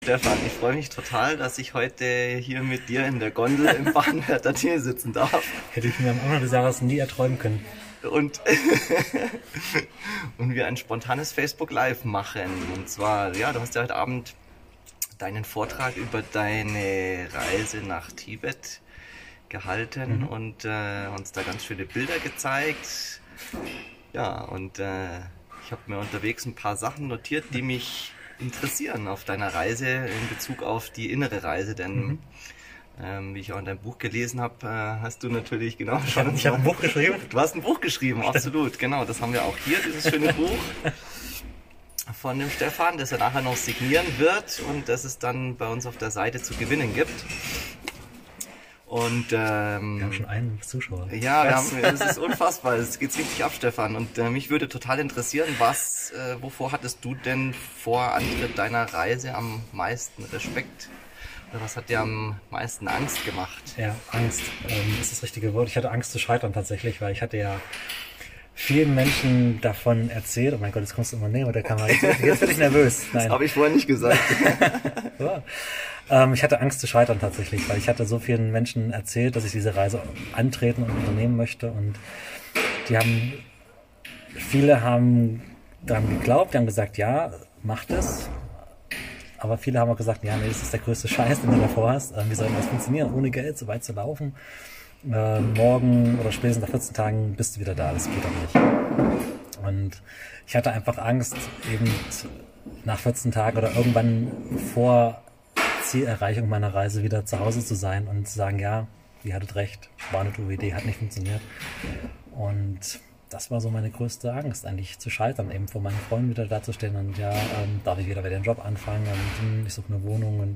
Stefan, ich freue mich total, dass ich heute hier mit dir in der Gondel im Bahnwärter Thiel sitzen darf. Hätte ich mir am Anfang des Jahres nie erträumen können. Und, und wir ein spontanes Facebook Live machen. Und zwar, ja, du hast ja heute Abend deinen Vortrag über deine Reise nach Tibet gehalten und uns da ganz schöne Bilder gezeigt. Ja, und ich habe mir unterwegs ein paar Sachen notiert, die mich interessieren auf deiner Reise in Bezug auf die innere Reise, denn wie ich auch in deinem Buch gelesen habe, hast du natürlich genau schon... Ich habe ein Buch geschrieben? Du hast ein Buch geschrieben, absolut, genau, das haben wir auch hier, dieses schöne Buch von dem Stefan, das er nachher noch signieren wird und das es dann bei uns auf der Seite zu gewinnen gibt. Und, wir haben schon einen Zuschauer. Ja, das ist unfassbar, es geht richtig ab, Stefan. Und mich würde total interessieren, wovor hattest du denn vor Antritt deiner Reise am meisten Respekt? Oder was hat dir am meisten Angst gemacht? Ja, Angst ist das richtige Wort. Ich hatte Angst zu scheitern tatsächlich, weil ich hatte ja vielen Menschen davon erzählt. Oh mein Gott, jetzt kommst du immer näher mit der Kamera. Jetzt bin ich nervös. Nein. Das habe ich vorher nicht gesagt. So. Ich hatte Angst zu scheitern tatsächlich, weil ich hatte so vielen Menschen erzählt, dass ich diese Reise antreten und unternehmen möchte. Und viele haben daran geglaubt, die haben gesagt, ja, mach das. Aber viele haben auch gesagt, ja, nee, das ist der größte Scheiß, den du davor hast. Wie soll das funktionieren, ohne Geld so weit zu laufen? Morgen oder spätestens nach 14 Tagen bist du wieder da, das geht doch nicht. Und ich hatte einfach Angst, eben nach 14 Tagen oder irgendwann vor Zielerreichung meiner Reise wieder zu Hause zu sein und zu sagen, ja, ihr hattet recht, war eine doofe Idee, hat nicht funktioniert. Und das war so meine größte Angst, eigentlich zu scheitern, eben vor meinen Freunden wieder dazustehen und ja, darf ich wieder den Job anfangen und ich suche eine Wohnung und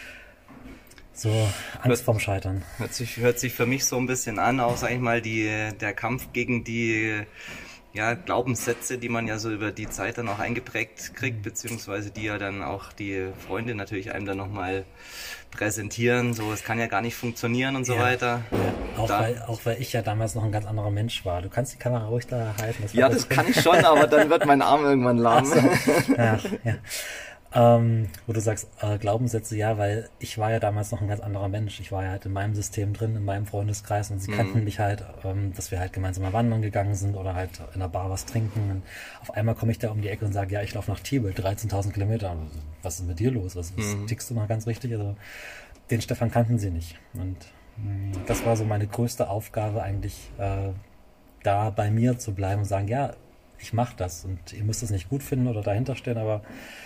so Angst vorm Scheitern. Hört sich für mich so ein bisschen an, auch sag ich mal, der Kampf gegen die Glaubenssätze, die man ja so über die Zeit dann auch eingeprägt kriegt, beziehungsweise die ja dann auch die Freunde natürlich einem dann nochmal präsentieren, so, es kann ja gar nicht funktionieren und so weiter. Ja. Auch weil ich ja damals noch ein ganz anderer Mensch war. Du kannst die Kamera ruhig da halten. Das kann ich schon, aber dann wird mein Arm irgendwann lahm. So. Ach, ja. Wo du sagst, Glaubenssätze, ja, weil ich war ja damals noch ein ganz anderer Mensch. Ich war ja halt in meinem System drin, in meinem Freundeskreis und sie kannten mich halt, dass wir halt gemeinsam mal wandern gegangen sind oder halt in der Bar was trinken. Und auf einmal komme ich da um die Ecke und sage, ja, ich laufe nach Tibet, 13.000 Kilometer. Was ist mit dir los? Was tickst du noch ganz richtig? Also den Stefan kannten sie nicht. Und das war so meine größte Aufgabe eigentlich, da bei mir zu bleiben und sagen, ja, ich mache das und ihr müsst es nicht gut finden oder dahinter stehen, aber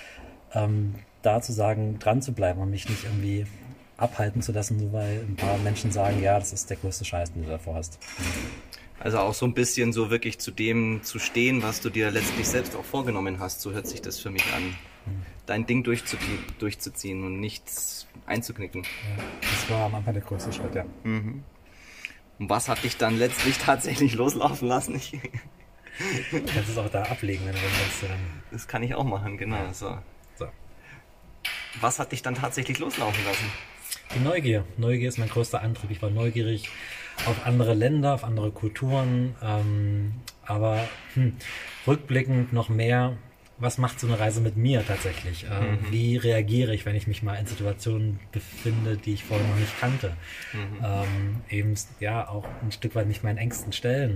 da zu sagen, dran zu bleiben und mich nicht irgendwie abhalten zu lassen, nur weil ein paar Menschen sagen, ja, das ist der größte Scheiß, den du davor hast. Also auch so ein bisschen so wirklich zu dem zu stehen, was du dir letztlich selbst auch vorgenommen hast, so hört sich das für mich an. Dein Ding durchzuziehen und nichts einzuknicken. Ja, das war am Anfang der größte Schritt, ja. Und was hat dich dann letztlich tatsächlich loslaufen lassen? Du kannst es auch da ablegen, wenn du willst. Das kann ich auch machen, genau. So. Was hat dich dann tatsächlich loslaufen lassen? Die Neugier. Neugier ist mein größter Antrieb. Ich war neugierig auf andere Länder, auf andere Kulturen, aber rückblickend noch mehr, was macht so eine Reise mit mir tatsächlich? Wie reagiere ich, wenn ich mich mal in Situationen befinde, die ich vorher noch nicht kannte? Eben ja auch ein Stück weit mich meinen Ängsten stellen.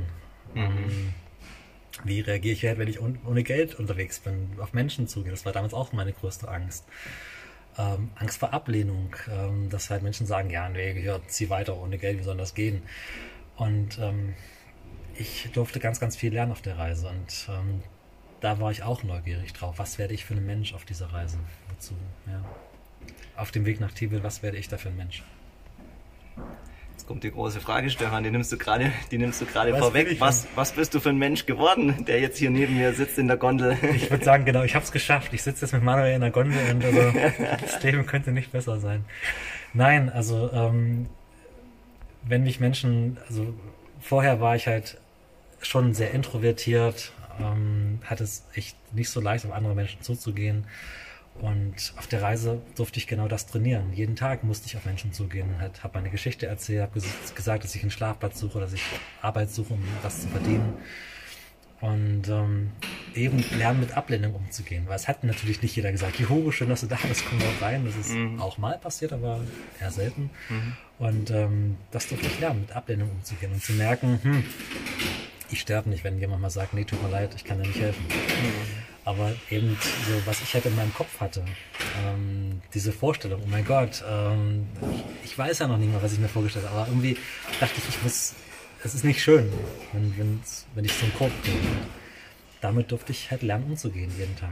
Wie reagiere ich halt, wenn ich ohne Geld unterwegs bin, auf Menschen zugehe? Das war damals auch meine größte Angst. Angst vor Ablehnung, dass halt Menschen sagen, ja, nee, zieh weiter ohne Geld, wie soll das gehen? Und ich durfte ganz, ganz viel lernen auf der Reise und da war ich auch neugierig drauf. Was werde ich für ein Mensch auf dieser Reise? Wozu? Ja. Auf dem Weg nach Tibet, was werde ich da für ein Mensch? Jetzt kommt die große Frage, Stefan, die nimmst du gerade vorweg. Was bist du für ein Mensch geworden, der jetzt hier neben mir sitzt in der Gondel? Ich würde sagen, genau, ich habe es geschafft. Ich sitze jetzt mit Manuel in der Gondel und also, das Leben könnte nicht besser sein. Nein, also wenn mich Menschen, also vorher war ich halt schon sehr introvertiert, hatte es echt nicht so leicht, auf andere Menschen zuzugehen. Und auf der Reise durfte ich genau das trainieren. Jeden Tag musste ich auf Menschen zugehen, habe meine Geschichte erzählt, habe gesagt, dass ich einen Schlafplatz suche, dass ich Arbeit suche, um was zu verdienen. Und eben lernen, mit Ablehnung umzugehen. Weil es hat natürlich nicht jeder gesagt, juhu, schön, dass du da bist, komm doch rein. Das ist auch mal passiert, aber eher selten. Und das durfte ich lernen, mit Ablehnung umzugehen und zu merken, ich sterbe nicht, wenn jemand mal sagt, nee, tut mir leid, ich kann dir nicht helfen. Aber eben so, was ich halt in meinem Kopf hatte, diese Vorstellung, oh mein Gott, ich weiß ja noch nicht mal, was ich mir vorgestellt habe, aber irgendwie dachte ich muss, es ist nicht schön, wenn ich zum Korb gehe. Damit durfte ich halt lernen, umzugehen, jeden Tag.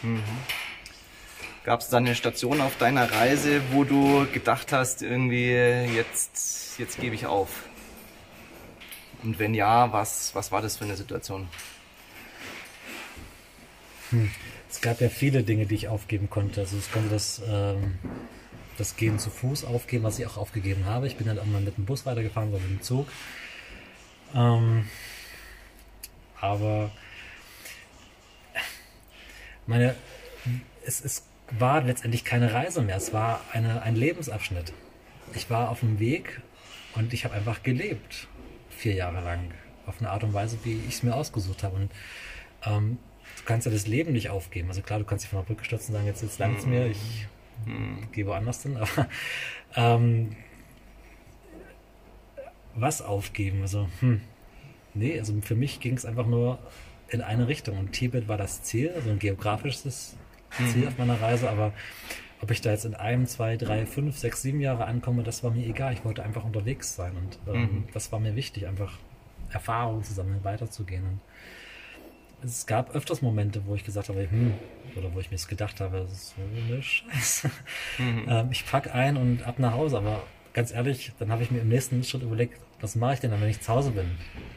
Gab es dann eine Station auf deiner Reise, wo du gedacht hast, irgendwie, jetzt gebe ich auf? Und wenn ja, was war das für eine Situation? Es gab ja viele Dinge, die ich aufgeben konnte. Also ich konnte das Gehen zu Fuß aufgeben, was ich auch aufgegeben habe. Ich bin dann auch mal mit dem Bus weitergefahren oder mit dem Zug. Aber es war letztendlich keine Reise mehr. Es war ein Lebensabschnitt. Ich war auf dem Weg und ich habe einfach gelebt. 4 Jahre lang. Auf eine Art und Weise, wie ich es mir ausgesucht habe. Und du kannst ja das Leben nicht aufgeben. Also klar, du kannst dich von der Brücke stürzen und sagen, jetzt langt es mir, ich gehe woanders hin. Aber was aufgeben? Also, nee, also für mich ging es einfach nur in eine Richtung. Und Tibet war das Ziel, also ein geografisches Ziel auf meiner Reise. Aber ob ich da jetzt in 1, 2, 3, 5, 6, 7 Jahre ankomme, das war mir egal. Ich wollte einfach unterwegs sein. Und das war mir wichtig, einfach Erfahrungen zu sammeln, weiterzugehen. Und es gab öfters Momente, wo ich gesagt habe, oder wo ich mir das gedacht habe, das ist so eine Scheiße. Ich pack ein und ab nach Hause, aber ganz ehrlich, dann habe ich mir im nächsten Schritt überlegt, was mache ich denn dann, wenn ich zu Hause bin?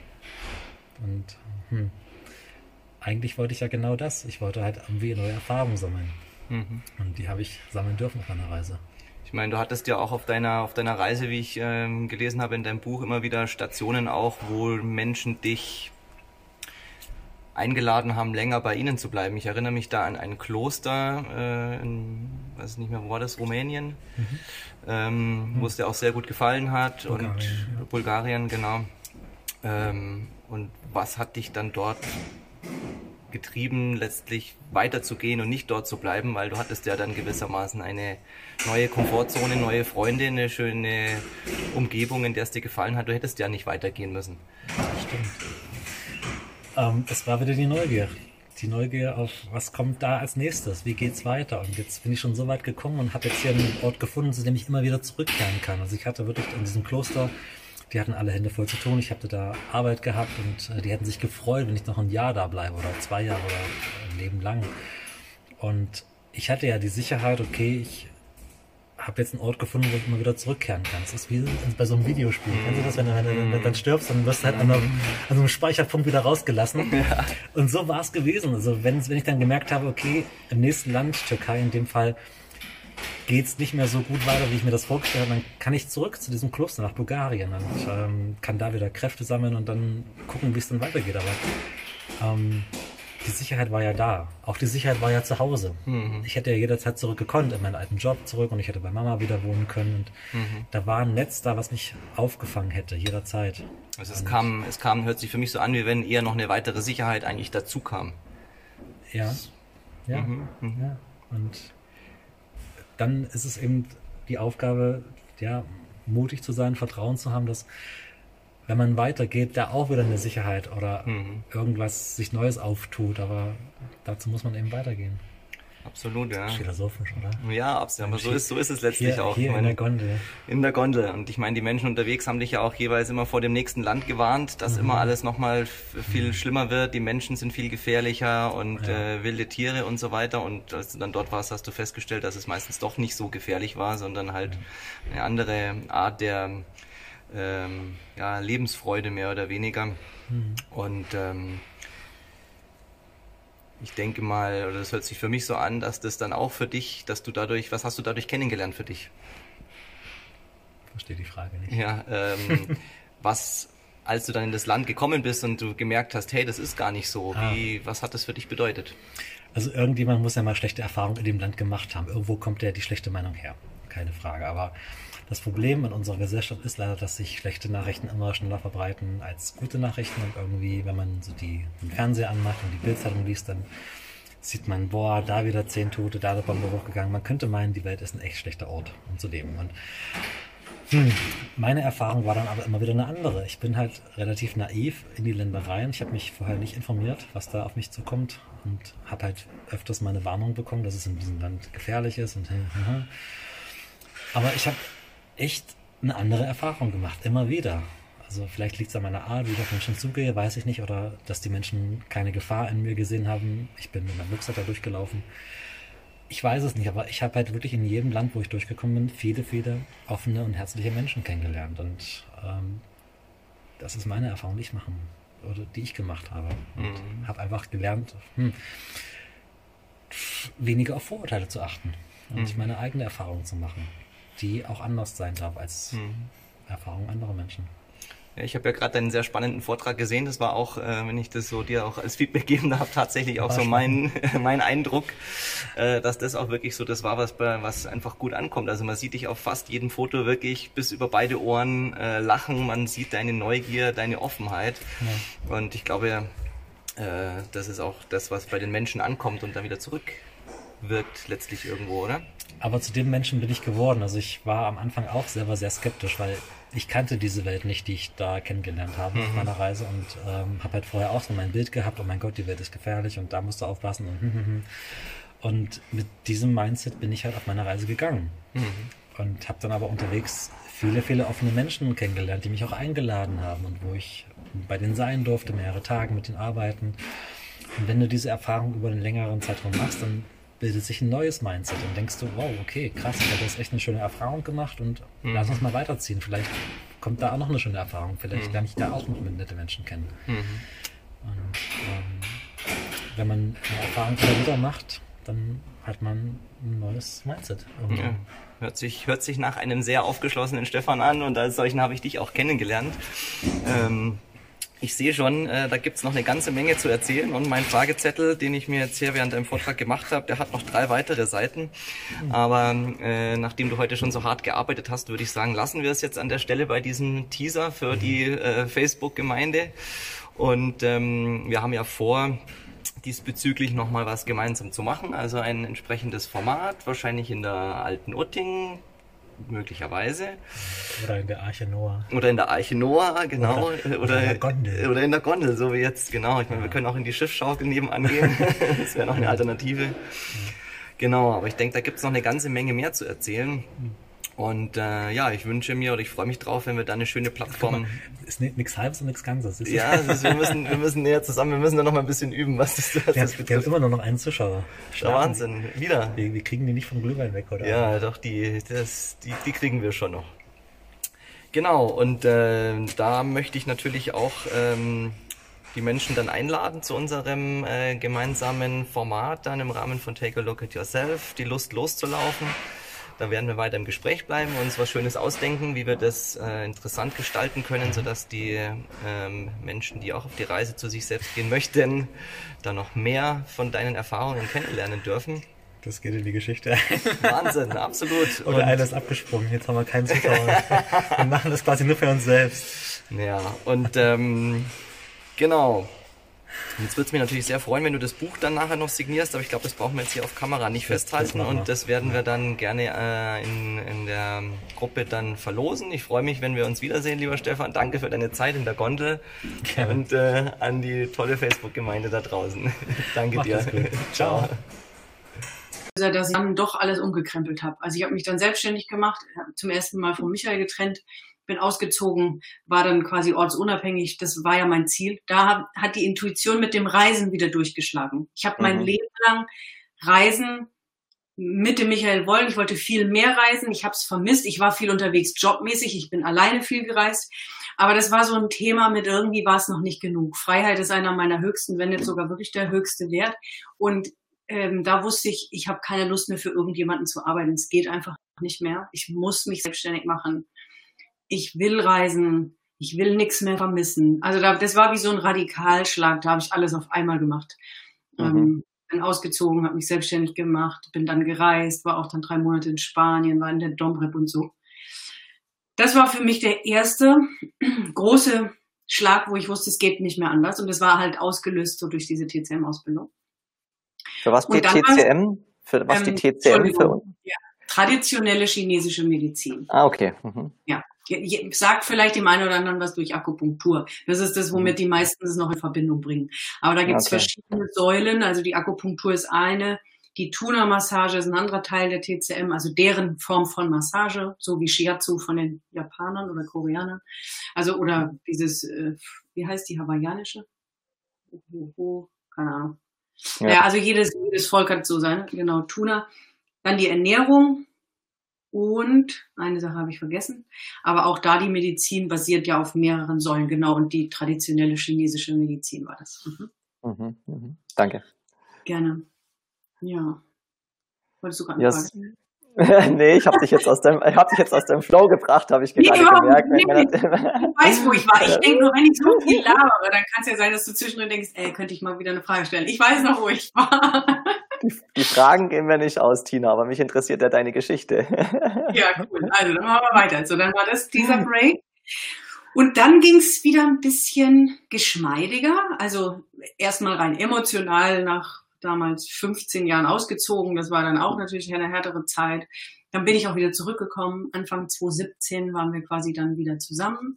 Und eigentlich wollte ich ja genau das. Ich wollte halt irgendwie neue Erfahrungen sammeln. Und die habe ich sammeln dürfen auf meiner Reise. Ich meine, du hattest ja auch auf deiner Reise, wie ich gelesen habe in deinem Buch, immer wieder Stationen auch, wo Menschen dich eingeladen haben, länger bei ihnen zu bleiben. Ich erinnere mich da an ein Kloster, weiß nicht mehr, wo war das, Rumänien, wo es dir auch sehr gut gefallen hat. Bulgarien, und ja. Bulgarien, genau. Und was hat dich dann dort getrieben, letztlich weiterzugehen und nicht dort zu bleiben, weil du hattest ja dann gewissermaßen eine neue Komfortzone, neue Freunde, eine schöne Umgebung, in der es dir gefallen hat. Du hättest ja nicht weitergehen müssen. Stimmt. Es war wieder die Neugier. Die Neugier auf, was kommt da als nächstes? Wie geht's weiter? Und jetzt bin ich schon so weit gekommen und habe jetzt hier einen Ort gefunden, zu dem ich immer wieder zurückkehren kann. Also ich hatte wirklich in diesem Kloster, die hatten alle Hände voll zu tun. Ich hatte da Arbeit gehabt und die hätten sich gefreut, wenn ich noch ein Jahr da bleibe oder 2 Jahre oder ein Leben lang. Und ich hatte ja die Sicherheit, okay, ich habe jetzt einen Ort gefunden, wo ich immer wieder zurückkehren kann. Das ist wie bei so einem Videospiel. Kennst du das, wenn du dann stirbst, dann wirst du halt an so einem Speicherpunkt wieder rausgelassen. Ja. Und so war es gewesen. Also wenn ich dann gemerkt habe, okay, im nächsten Land, Türkei in dem Fall, geht's nicht mehr so gut weiter, wie ich mir das vorgestellt habe, dann kann ich zurück zu diesem Kloster nach Bulgarien und kann da wieder Kräfte sammeln und dann gucken, wie es dann weitergeht. Aber die Sicherheit war ja da. Auch die Sicherheit war ja zu Hause. Ich hätte ja jederzeit zurückgekonnt, in meinen alten Job zurück und ich hätte bei Mama wieder wohnen können. Und da war ein Netz da, was mich aufgefangen hätte, jederzeit. Also es kam, hört sich für mich so an, wie wenn eher noch eine weitere Sicherheit eigentlich dazu kam. Ja. Ja. Ja. Und dann ist es eben die Aufgabe, ja, mutig zu sein, Vertrauen zu haben, dass wenn man weitergeht, da auch wieder eine Sicherheit oder irgendwas sich Neues auftut. Aber dazu muss man eben weitergehen. Absolut, ja. Philosophisch, oder? Ja, absolut. Aber so ist es letztlich hier, auch. Hier in der Gondel. In der Gondel. Und ich meine, die Menschen unterwegs haben dich ja auch jeweils immer vor dem nächsten Land gewarnt, dass immer alles nochmal viel schlimmer wird. Die Menschen sind viel gefährlicher und wilde Tiere und so weiter. Und als du dann dort warst, hast du festgestellt, dass es meistens doch nicht so gefährlich war, sondern halt eine andere Art der Lebensfreude mehr oder weniger. Und ich denke mal, oder das hört sich für mich so an, dass das dann auch für dich, dass du dadurch, was hast du dadurch kennengelernt für dich? Verstehe die Frage nicht. Ja, als du dann in das Land gekommen bist und du gemerkt hast, hey, das ist gar nicht so, was hat das für dich bedeutet? Also irgendjemand muss ja mal schlechte Erfahrungen in dem Land gemacht haben. Irgendwo kommt ja die schlechte Meinung her. keine Frage. Aber das Problem in unserer Gesellschaft ist leider, dass sich schlechte Nachrichten immer schneller verbreiten als gute Nachrichten. Und irgendwie, wenn man so den Fernseher anmacht und die Bildzeitung liest, dann sieht man, boah, da wieder 10 Tote, da eine Bombe hochgegangen. Man könnte meinen, die Welt ist ein echt schlechter Ort, um zu leben. Und meine Erfahrung war dann aber immer wieder eine andere. Ich bin halt relativ naiv in die Länder rein. Ich habe mich vorher nicht informiert, was da auf mich zukommt und habe halt öfters mal eine Warnung bekommen, dass es in diesem Land gefährlich ist. Aber ich habe echt eine andere Erfahrung gemacht, immer wieder. Also vielleicht liegt es an meiner Art, wie ich auf Menschen zugehe, weiß ich nicht. Oder dass die Menschen keine Gefahr in mir gesehen haben. Ich bin mit meinem Rucksack da durchgelaufen. Ich weiß es nicht, aber ich habe halt wirklich in jedem Land, wo ich durchgekommen bin, viele, viele offene und herzliche Menschen kennengelernt. Und das ist meine Erfahrung, die ich gemacht habe. Und habe einfach gelernt, weniger auf Vorurteile zu achten und meine eigene Erfahrung zu machen, die auch anders sein darf als Erfahrung anderer Menschen. Ja, ich habe ja gerade einen sehr spannenden Vortrag gesehen. Das war auch, wenn ich das so dir auch als Feedback geben darf, tatsächlich auch so mein Eindruck, dass das auch wirklich so das war, was einfach gut ankommt. Also man sieht dich auf fast jedem Foto wirklich bis über beide Ohren lachen. Man sieht deine Neugier, deine Offenheit. Ja. Und ich glaube, das ist auch das, was bei den Menschen ankommt und dann wieder zurückwirkt letztlich irgendwo, oder? Aber zu dem Menschen bin ich geworden. Also ich war am Anfang auch selber sehr skeptisch, weil ich kannte diese Welt nicht, die ich da kennengelernt habe auf meiner Reise und habe halt vorher auch so mein Bild gehabt, oh mein Gott, die Welt ist gefährlich und da musst du aufpassen und mit diesem Mindset bin ich halt auf meine Reise gegangen und habe dann aber unterwegs viele, viele offene Menschen kennengelernt, die mich auch eingeladen haben und wo ich bei denen sein durfte, mehrere Tage mit denen arbeiten. Und wenn du diese Erfahrung über einen längeren Zeitraum machst, dann bildet sich ein neues Mindset und denkst du, wow, okay, krass, ich habe jetzt echt eine schöne Erfahrung gemacht und lass uns mal weiterziehen. Vielleicht kommt da auch noch eine schöne Erfahrung. Vielleicht lerne ich da auch noch nette Menschen kennen. Und wenn man eine Erfahrung wieder macht, dann hat man ein neues Mindset. Ja. Hört sich nach einem sehr aufgeschlossenen Stefan an und als solchen habe ich dich auch kennengelernt. Ich sehe schon, da gibt's noch eine ganze Menge zu erzählen und mein Fragezettel, den ich mir jetzt hier während deinem Vortrag gemacht habe, der hat noch 3 weitere Seiten. Aber nachdem du heute schon so hart gearbeitet hast, würde ich sagen, lassen wir es jetzt an der Stelle bei diesem Teaser für die Facebook-Gemeinde. Und wir haben ja vor, diesbezüglich nochmal was gemeinsam zu machen, also ein entsprechendes Format, wahrscheinlich in der alten Utting, möglicherweise. Oder in der Arche Noah. Oder in der Arche Noah, genau. Oder in der Gondel. Oder in der Gondel, so wie jetzt, genau. Ich meine, wir können auch in die Schiffsschaukel nebenan gehen. Das wäre noch eine Alternative. Genau, aber ich denke, da gibt es noch eine ganze Menge mehr zu erzählen. Und ich wünsche mir oder ich freue mich drauf, wenn wir da eine schöne Plattform... Ist nichts Halbes und nichts Ganzes. Ja, wir müssen näher zusammen, wir müssen da noch mal ein bisschen üben, was das betrifft. Wir haben immer nur noch einen Zuschauer. Der Wahnsinn, wieder. Wir kriegen die nicht vom Glühwein weg, oder? Ja, doch, die kriegen wir schon noch. Genau, und da möchte ich natürlich auch die Menschen dann einladen zu unserem gemeinsamen Format dann im Rahmen von Take a Look at Yourself, die Lust loszulaufen. Da werden wir weiter im Gespräch bleiben und uns was Schönes ausdenken, wie wir das interessant gestalten können, sodass die Menschen, die auch auf die Reise zu sich selbst gehen möchten, da noch mehr von deinen Erfahrungen kennenlernen dürfen. Das geht in die Geschichte. Wahnsinn, absolut. Oder einer ist abgesprungen, jetzt haben wir keinen Zuschauer. Wir machen das quasi nur für uns selbst. Ja, und genau. Und jetzt würde es mich natürlich sehr freuen, wenn du das Buch dann nachher noch signierst, aber ich glaube, das brauchen wir jetzt hier auf Kamera nicht festhalten und das werden wir dann gerne in der Gruppe dann verlosen. Ich freue mich, wenn wir uns wiedersehen, lieber Stefan. Danke für deine Zeit in der Gondel und an die tolle Facebook-Gemeinde da draußen. Danke dir. Ciao. Dass ich dann doch alles umgekrempelt habe. Also ich habe mich dann selbstständig gemacht, zum ersten Mal von Michael getrennt, bin ausgezogen, war dann quasi ortsunabhängig. Das war ja mein Ziel. Da hat die Intuition mit dem Reisen wieder durchgeschlagen. Ich habe mein Leben lang Reisen mit dem Michael wollen. Ich wollte viel mehr reisen. Ich habe es vermisst. Ich war viel unterwegs jobmäßig. Ich bin alleine viel gereist. Aber das war so ein Thema mit irgendwie war es noch nicht genug. Freiheit ist einer meiner höchsten, wenn nicht sogar wirklich der höchste Wert. Und da wusste ich, ich habe keine Lust mehr für irgendjemanden zu arbeiten. Es geht einfach nicht mehr. Ich muss mich selbstständig machen. Ich will reisen, ich will nichts mehr vermissen. Also das war wie so ein Radikalschlag, da habe ich alles auf einmal gemacht. bin ausgezogen, habe mich selbstständig gemacht, bin dann gereist, war auch dann 3 Monate in Spanien, war in der Domrep und so. Das war für mich der erste große Schlag, wo ich wusste, es geht nicht mehr anders. Und das war halt ausgelöst so durch diese TCM-Ausbildung. Für was steht TCM? Für was steht TCM für uns? Ja, traditionelle chinesische Medizin. Ah, okay. Ja, sagt vielleicht dem einen oder anderen was durch Akupunktur. Das ist das, womit die meisten es noch in Verbindung bringen. Aber da gibt es verschiedene Säulen. Also die Akupunktur ist eine, die Tuna-Massage ist ein anderer Teil der TCM, also deren Form von Massage, so wie Shiatsu von den Japanern oder Koreanern. Also oder dieses, wie heißt die hawaiianische? Keine Ahnung. Ja, also jedes Volk hat so seine, genau, Tuna. Dann die Ernährung. Und eine Sache habe ich vergessen, aber auch da die Medizin basiert ja auf mehreren Säulen, genau, und die traditionelle chinesische Medizin war das. Danke. Gerne. Ja. Wolltest du gerade eine Frage stellen? Nee, ich habe dich jetzt aus dem Flow gebracht, habe ich gerade gemerkt. Ich weiß, wo ich war. Ich denke nur, wenn ich so viel labere, dann kann es ja sein, dass du zwischendrin denkst, könnte ich mal wieder eine Frage stellen. Ich weiß noch, wo ich war. Die Fragen gehen mir nicht aus, Tina, aber mich interessiert ja deine Geschichte. Ja, cool. Also, dann machen wir weiter. Also, dann war das dieser Break. Und dann ging es wieder ein bisschen geschmeidiger. Also, erstmal rein emotional nach damals 15 Jahren ausgezogen. Das war dann auch natürlich eine härtere Zeit. Dann bin ich auch wieder zurückgekommen. Anfang 2017 waren wir quasi dann wieder zusammen.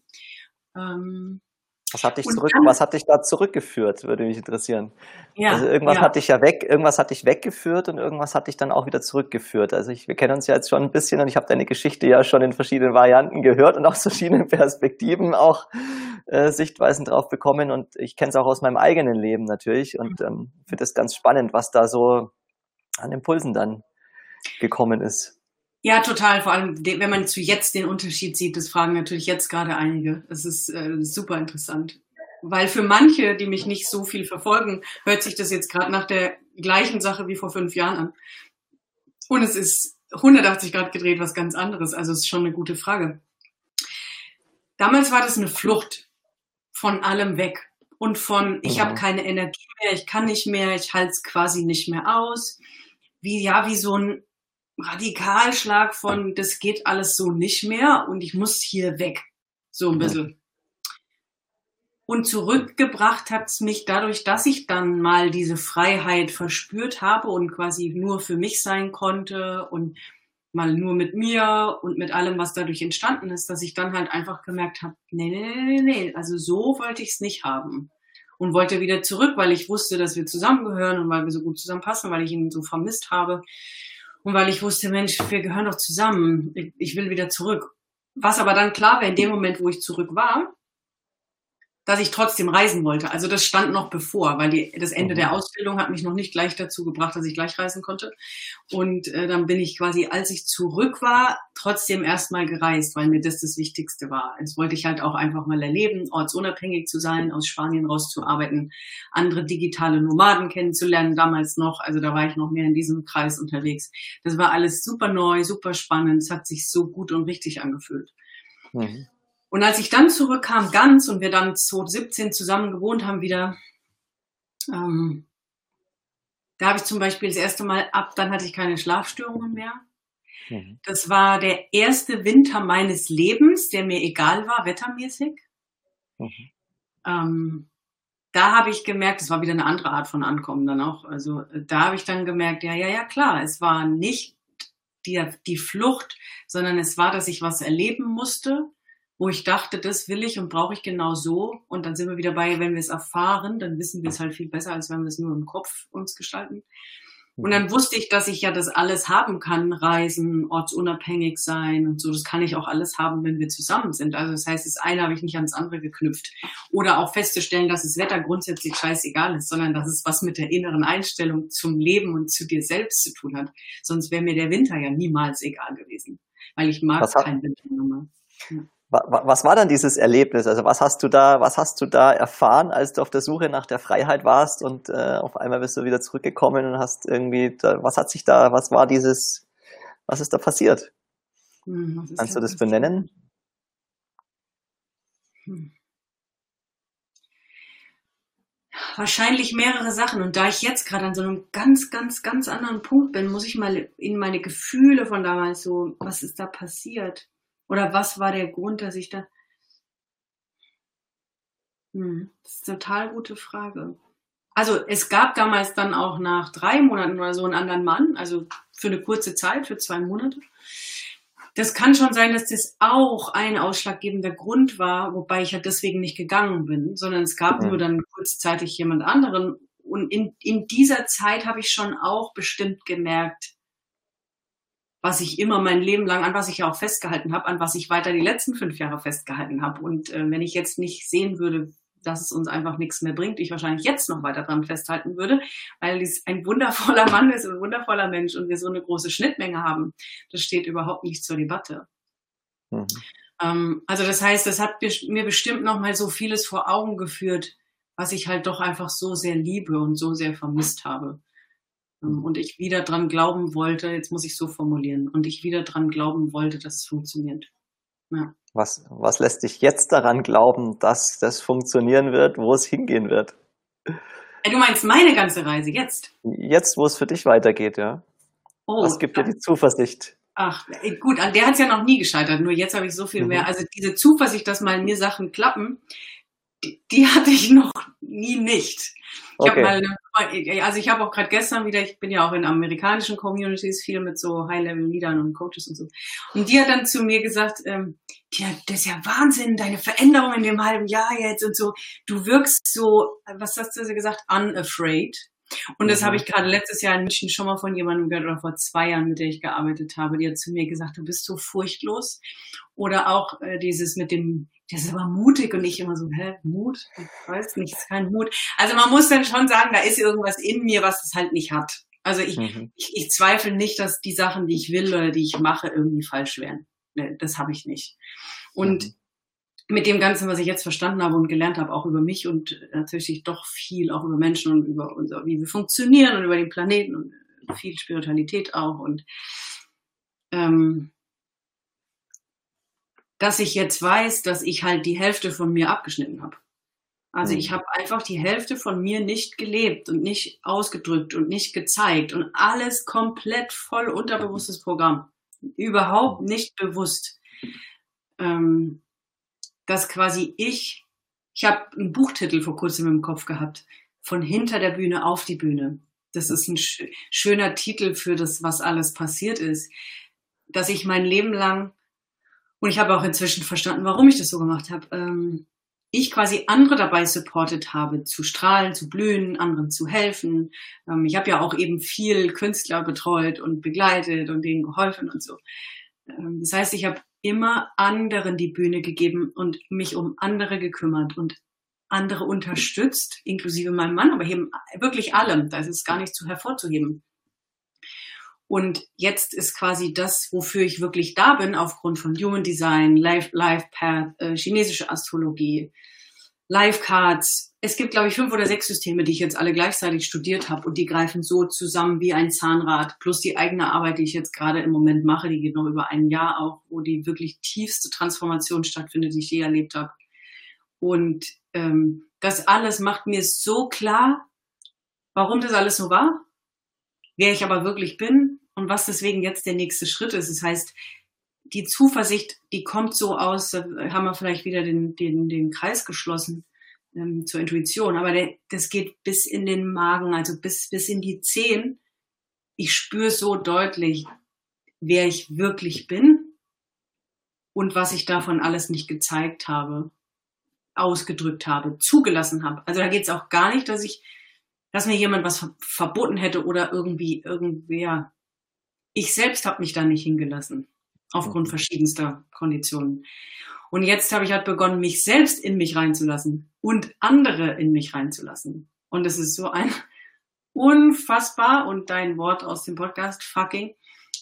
Was hat dich da zurückgeführt, würde mich interessieren. Ja, also irgendwas hat dich weggeführt und irgendwas hat dich dann auch wieder zurückgeführt. Also wir kennen uns ja jetzt schon ein bisschen und ich habe deine Geschichte ja schon in verschiedenen Varianten gehört und aus verschiedenen Perspektiven auch Sichtweisen drauf bekommen und ich kenne es auch aus meinem eigenen Leben natürlich und finde es ganz spannend, was da so an Impulsen dann gekommen ist. Ja, total. Vor allem, wenn man zu jetzt den Unterschied sieht, das fragen natürlich jetzt gerade einige. Das ist super interessant. Weil für manche, die mich nicht so viel verfolgen, hört sich das jetzt gerade nach der gleichen Sache wie vor 5 Jahren an. Und es ist 180 Grad gedreht, was ganz anderes. Also es ist schon eine gute Frage. Damals war das eine Flucht von allem weg. Und von, ich habe keine Energie mehr, ich kann nicht mehr, ich halte es quasi nicht mehr aus. Wie so ein Radikalschlag von, das geht alles so nicht mehr und ich muss hier weg. So ein bisschen. Und zurückgebracht hat es mich dadurch, dass ich dann mal diese Freiheit verspürt habe und quasi nur für mich sein konnte und mal nur mit mir und mit allem, was dadurch entstanden ist, dass ich dann halt einfach gemerkt habe, nee, also so wollte ich es nicht haben. Und wollte wieder zurück, weil ich wusste, dass wir zusammengehören und weil wir so gut zusammenpassen, weil ich ihn so vermisst habe. Und weil ich wusste, Mensch, wir gehören doch zusammen. Ich will wieder zurück. Was aber dann klar war, in dem Moment, wo ich zurück war, dass ich trotzdem reisen wollte. Also das stand noch bevor, weil das Ende der Ausbildung hat mich noch nicht gleich dazu gebracht, dass ich gleich reisen konnte. Und dann bin ich quasi, als ich zurück war, trotzdem erstmal gereist, weil mir das Wichtigste war. Das wollte ich halt auch einfach mal erleben, ortsunabhängig zu sein, aus Spanien rauszuarbeiten, andere digitale Nomaden kennenzulernen, damals noch. Also da war ich noch mehr in diesem Kreis unterwegs. Das war alles super neu, super spannend. Es hat sich so gut und richtig angefühlt. Und als ich dann zurückkam ganz und wir dann 2017 zusammen gewohnt haben wieder, da habe ich zum Beispiel das erste Mal dann hatte ich keine Schlafstörungen mehr. Das war der erste Winter meines Lebens, der mir egal war, wettermäßig. Da habe ich gemerkt, es war wieder eine andere Art von Ankommen dann auch. Also da habe ich dann gemerkt, ja, klar, es war nicht die Flucht, sondern es war, dass ich was erleben musste, wo ich dachte, das will ich und brauche ich genau so. Und dann sind wir wieder bei, wenn wir es erfahren, dann wissen wir es halt viel besser, als wenn wir es nur im Kopf uns gestalten. Und dann wusste ich, dass ich ja das alles haben kann, reisen, ortsunabhängig sein und so. Das kann ich auch alles haben, wenn wir zusammen sind. Also das heißt, das eine habe ich nicht ans andere geknüpft. Oder auch festzustellen, dass das Wetter grundsätzlich scheißegal ist, sondern dass es was mit der inneren Einstellung zum Leben und zu dir selbst zu tun hat. Sonst wäre mir der Winter ja niemals egal gewesen, weil ich mag keinen Winter mehr. Ja. Was war dann dieses Erlebnis? Also was hast du da erfahren, als du auf der Suche nach der Freiheit warst und auf einmal bist du wieder zurückgekommen und hast irgendwie, was ist da passiert? Kannst du das benennen? Wahrscheinlich mehrere Sachen. Und da ich jetzt gerade an so einem ganz, ganz, ganz anderen Punkt bin, muss ich mal in meine Gefühle von damals so, was ist da passiert? Oder was war der Grund, dass ich da... Das ist eine total gute Frage. Also es gab damals dann auch nach 3 Monaten oder so einen anderen Mann, also für eine kurze Zeit, für 2 Monate. Das kann schon sein, dass das auch ein ausschlaggebender Grund war, wobei ich ja deswegen nicht gegangen bin, sondern es gab nur dann kurzzeitig jemand anderen. Und in dieser Zeit habe ich schon auch bestimmt gemerkt, was ich immer mein Leben lang, an was ich ja auch festgehalten habe, an was ich weiter die letzten 5 Jahre festgehalten habe. Und wenn ich jetzt nicht sehen würde, dass es uns einfach nichts mehr bringt, ich wahrscheinlich jetzt noch weiter dran festhalten würde, weil es ein wundervoller Mann ist, ein wundervoller Mensch und wir so eine große Schnittmenge haben. Das steht überhaupt nicht zur Debatte. Also das heißt, das hat mir bestimmt noch mal so vieles vor Augen geführt, was ich halt doch einfach so sehr liebe und so sehr vermisst habe. Und ich wieder dran glauben wollte, jetzt muss ich so formulieren, und ich wieder dran glauben wollte, dass es funktioniert. Ja. Was lässt dich jetzt daran glauben, dass das funktionieren wird, wo es hingehen wird? Du meinst meine ganze Reise jetzt? Jetzt, wo es für dich weitergeht, ja. Oh, was gibt dir die Zuversicht? Ach, gut, an der hat es ja noch nie gescheitert, nur jetzt habe ich so viel mehr. Also diese Zuversicht, dass mal in mir Sachen klappen, die hatte ich noch nie nicht. Ich habe auch gerade gestern wieder, ich bin ja auch in amerikanischen Communities viel mit so High-Level-Leadern und Coaches und so. Und die hat dann zu mir gesagt, ja, das ist ja Wahnsinn, deine Veränderung in dem halben Jahr jetzt und so. Du wirkst so, was hast du gesagt, unafraid. Und das habe ich gerade letztes Jahr in München schon mal von jemandem gehört, oder vor 2 Jahren, mit der ich gearbeitet habe. Die hat zu mir gesagt, du bist so furchtlos. Oder auch dieses mit dem, das ist aber mutig, und ich immer so, Mut? Ich weiß nicht, ist kein Mut. Also man muss dann schon sagen, da ist irgendwas in mir, was es halt nicht hat. Also ich zweifle nicht, dass die Sachen, die ich will oder die ich mache, irgendwie falsch wären. Das habe ich nicht. Und mit dem Ganzen, was ich jetzt verstanden habe und gelernt habe, auch über mich und natürlich doch viel auch über Menschen und über wie wir funktionieren und über den Planeten und viel Spiritualität auch, und dass ich jetzt weiß, dass ich halt die Hälfte von mir abgeschnitten habe. Also ich habe einfach die Hälfte von mir nicht gelebt und nicht ausgedrückt und nicht gezeigt und alles komplett voll unterbewusstes Programm. Überhaupt nicht bewusst. Dass quasi ich habe einen Buchtitel vor kurzem im Kopf gehabt, von hinter der Bühne auf die Bühne. Das ist ein schöner Titel für das, was alles passiert ist. Dass ich mein Leben lang, und ich habe auch inzwischen verstanden, warum ich das so gemacht habe, ich quasi andere dabei supportet habe, zu strahlen, zu blühen, anderen zu helfen. Ich habe ja auch eben viel Künstler betreut und begleitet und denen geholfen und so. Das heißt, ich habe immer anderen die Bühne gegeben und mich um andere gekümmert und andere unterstützt, inklusive meinem Mann, aber eben wirklich allem. Da ist es gar nicht zu hervorzuheben. Und jetzt ist quasi das, wofür ich wirklich da bin, aufgrund von Human Design, Life Path, chinesische Astrologie, Life Cards. Es gibt, glaube ich, 5 oder 6 Systeme, die ich jetzt alle gleichzeitig studiert habe, und die greifen so zusammen wie ein Zahnrad, plus die eigene Arbeit, die ich jetzt gerade im Moment mache, die geht noch über ein Jahr auch, wo die wirklich tiefste Transformation stattfindet, die ich je erlebt habe. Und das alles macht mir so klar, warum das alles so war, wer ich aber wirklich bin und was deswegen jetzt der nächste Schritt ist. Das heißt, die Zuversicht, die kommt so aus, da haben wir vielleicht wieder den Kreis geschlossen zur Intuition, aber das geht bis in den Magen, also bis in die Zehen. Ich spüre so deutlich, wer ich wirklich bin und was ich davon alles nicht gezeigt habe, ausgedrückt habe, zugelassen habe. Also da geht es auch gar nicht, dass mir jemand was verboten hätte oder irgendwer. Ich selbst habe mich da nicht hingelassen, aufgrund verschiedenster Konditionen. Und jetzt habe ich halt begonnen, mich selbst in mich reinzulassen und andere in mich reinzulassen. Und es ist so ein unfassbar, und dein Wort aus dem Podcast, fucking,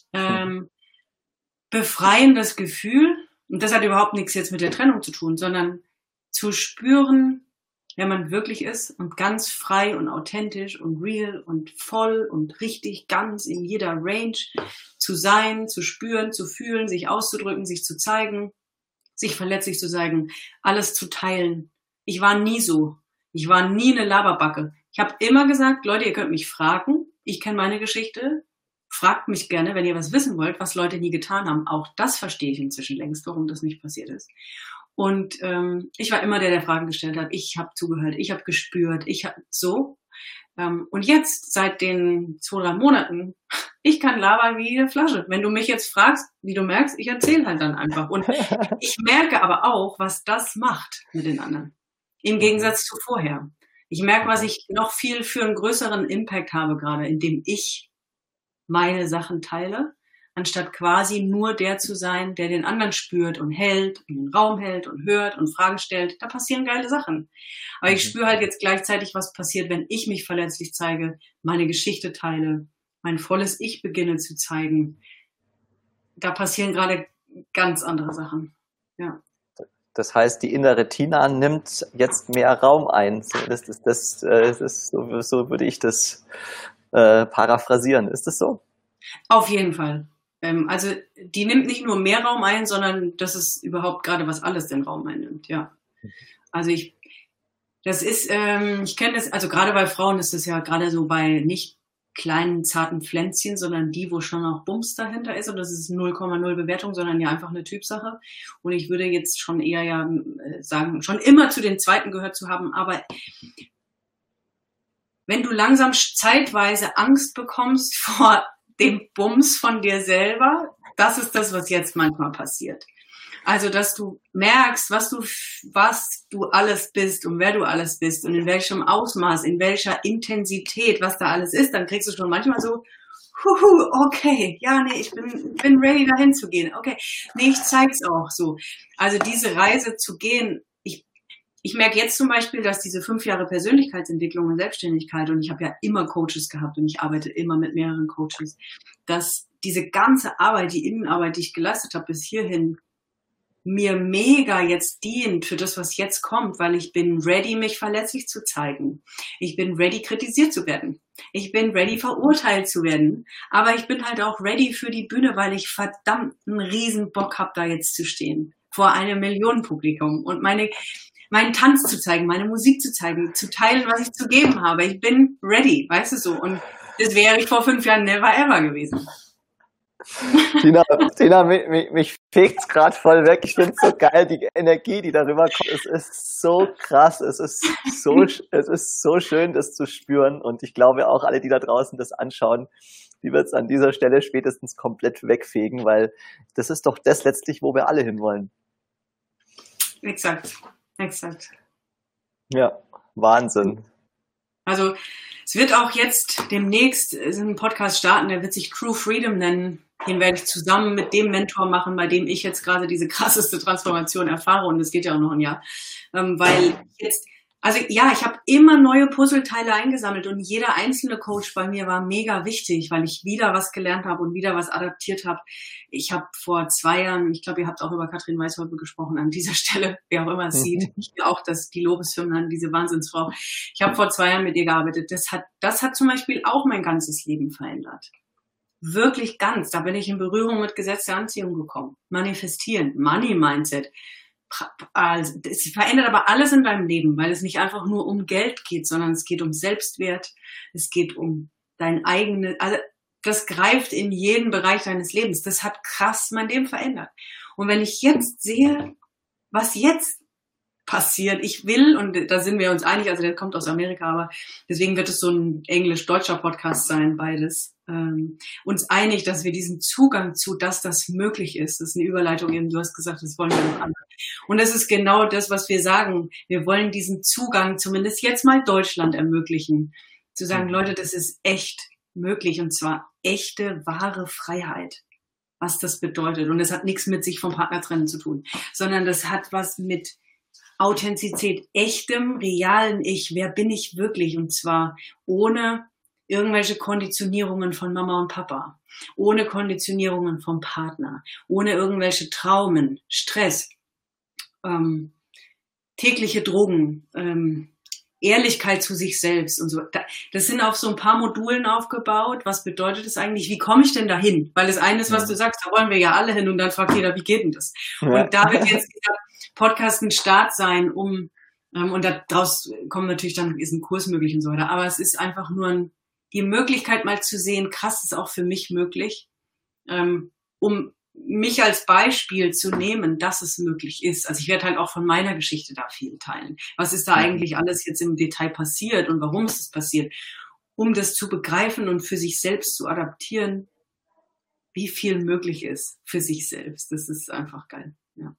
befreiendes Gefühl. Und das hat überhaupt nichts jetzt mit der Trennung zu tun, sondern zu spüren, wer man wirklich ist und ganz frei und authentisch und real und voll und richtig ganz in jeder Range zu sein, zu spüren, zu fühlen, sich auszudrücken, sich zu zeigen, sich verletzlich zu zeigen, alles zu teilen. Ich war nie so. Ich war nie eine Laberbacke. Ich habe immer gesagt, Leute, ihr könnt mich fragen. Ich kenne meine Geschichte. Fragt mich gerne, wenn ihr was wissen wollt, was Leute nie getan haben. Auch das verstehe ich inzwischen längst, warum das nicht passiert ist. Und ich war immer der Fragen gestellt hat. Ich habe zugehört, ich habe gespürt, so. Und jetzt, seit den 2-3 Monaten, ich kann labern wie eine Flasche. Wenn du mich jetzt fragst, wie du merkst, ich erzähle halt dann einfach. Und ich merke aber auch, was das macht mit den anderen. Im Gegensatz zu vorher. Ich merke, was ich noch viel für einen größeren Impact habe gerade, indem ich meine Sachen teile, anstatt quasi nur der zu sein, der den anderen spürt und hält und den Raum hält und hört und Fragen stellt. Da passieren geile Sachen. Aber ich spüre halt jetzt gleichzeitig, was passiert, wenn ich mich verletzlich zeige, meine Geschichte teile, mein volles Ich beginne zu zeigen. Da passieren gerade ganz andere Sachen. Ja. Das heißt, die innere Tina nimmt jetzt mehr Raum ein. So würde ich das paraphrasieren. Ist das so? Auf jeden Fall. Also die nimmt nicht nur mehr Raum ein, sondern das ist überhaupt gerade, was alles den Raum einnimmt. Ja. Also ich kenne das, also gerade bei Frauen ist es ja gerade so bei nicht kleinen, zarten Pflänzchen, sondern die, wo schon auch Bums dahinter ist. Und das ist 0,0 Bewertung, sondern ja einfach eine Typsache. Und ich würde jetzt schon eher sagen, schon immer zu den Zweiten gehört zu haben, aber wenn du langsam zeitweise Angst bekommst vor dem Bums von dir selber, das ist das, was jetzt manchmal passiert. Also, dass du merkst, was du alles bist und wer du alles bist und in welchem Ausmaß, in welcher Intensität, was da alles ist, dann kriegst du schon manchmal so, okay, ja, nee, ich bin ready, dahin zu gehen. Okay, nee, ich zeig's auch so. Also diese Reise zu gehen, ich merke jetzt zum Beispiel, dass diese 5 Jahre Persönlichkeitsentwicklung und Selbstständigkeit, und ich habe ja immer Coaches gehabt und ich arbeite immer mit mehreren Coaches, dass diese ganze Arbeit, die Innenarbeit, die ich geleistet habe bis hierhin, mir mega jetzt dient für das, was jetzt kommt, weil ich bin ready, mich verletzlich zu zeigen. Ich bin ready, kritisiert zu werden. Ich bin ready, verurteilt zu werden. Aber ich bin halt auch ready für die Bühne, weil ich verdammt einen riesen Bock habe, da jetzt zu stehen. Vor einem Millionenpublikum und meinen Tanz zu zeigen, meine Musik zu zeigen, zu teilen, was ich zu geben habe. Ich bin ready, weißt du so. Und das wäre ich vor 5 Jahren never ever gewesen. Tina, mich fegt's gerade voll weg. Ich finde es so geil, die Energie, die darüber kommt. Es ist so krass, es ist so schön, das zu spüren. Und ich glaube auch alle, die da draußen das anschauen, die wird es an dieser Stelle spätestens komplett wegfegen, weil das ist doch das letztlich, wo wir alle hinwollen. Exakt. Ja, Wahnsinn. Also es wird auch jetzt demnächst einen Podcast starten, der wird sich True Freedom nennen. Den werde ich zusammen mit dem Mentor machen, bei dem ich jetzt gerade diese krasseste Transformation erfahre. Und das geht ja auch noch ein Jahr. Weil jetzt, also ja, ich habe immer neue Puzzleteile eingesammelt und jeder einzelne Coach bei mir war mega wichtig, weil ich wieder was gelernt habe und wieder was adaptiert habe. Ich habe vor 2 Jahren, ich glaube, ihr habt auch über Katrin Weishäupl gesprochen an dieser Stelle, wer auch immer es sieht. Ich will auch die Lobeshymnen an diese Wahnsinnsfrau. Ich habe vor 2 Jahren mit ihr gearbeitet. Das hat zum Beispiel auch mein ganzes Leben verändert. Wirklich ganz. Da bin ich in Berührung mit Gesetz der Anziehung gekommen. Manifestieren, Money Mindset. Also, es verändert aber alles in deinem Leben, weil es nicht einfach nur um Geld geht, sondern es geht um Selbstwert, es geht um dein eigenes, also das greift in jeden Bereich deines Lebens. Das hat krass mein Leben verändert. Und wenn ich jetzt sehe, was jetzt passiert, ich will, und da sind wir uns einig, also der kommt aus Amerika, aber deswegen wird es so ein englisch-deutscher Podcast sein, beides, uns einig, dass wir diesen Zugang zu, dass das möglich ist, das ist eine Überleitung, eben, du hast gesagt, das wollen wir noch andere. Und das ist genau das, was wir sagen. Wir wollen diesen Zugang zumindest jetzt mal Deutschland ermöglichen. Zu sagen, Leute, das ist echt möglich und zwar echte, wahre Freiheit. Was das bedeutet. Und das hat nichts mit sich vom Partner trennen zu tun, sondern das hat was mit Authentizität, echtem, realen Ich. Wer bin ich wirklich? Und zwar ohne irgendwelche Konditionierungen von Mama und Papa, ohne Konditionierungen vom Partner, ohne irgendwelche Traumen, Stress, tägliche Drogen, Ehrlichkeit zu sich selbst und so. Das sind auf so ein paar Modulen aufgebaut. Was bedeutet das eigentlich? Wie komme ich denn dahin? Weil das eine ist, was du sagst, da wollen wir ja alle hin und dann fragt jeder, wie geht denn das? Ja. Und da wird jetzt dieser Podcast ein Start sein, um Und daraus kommen natürlich dann, ist ein Kurs möglich und so weiter. Aber es ist einfach nur die Möglichkeit mal zu sehen, krass, ist auch für mich möglich, um mich als Beispiel zu nehmen, dass es möglich ist. Also ich werde halt auch von meiner Geschichte da viel teilen. Was ist da eigentlich alles jetzt im Detail passiert und warum ist es passiert? Um das zu begreifen und für sich selbst zu adaptieren, wie viel möglich ist für sich selbst. Das ist einfach geil. Ja.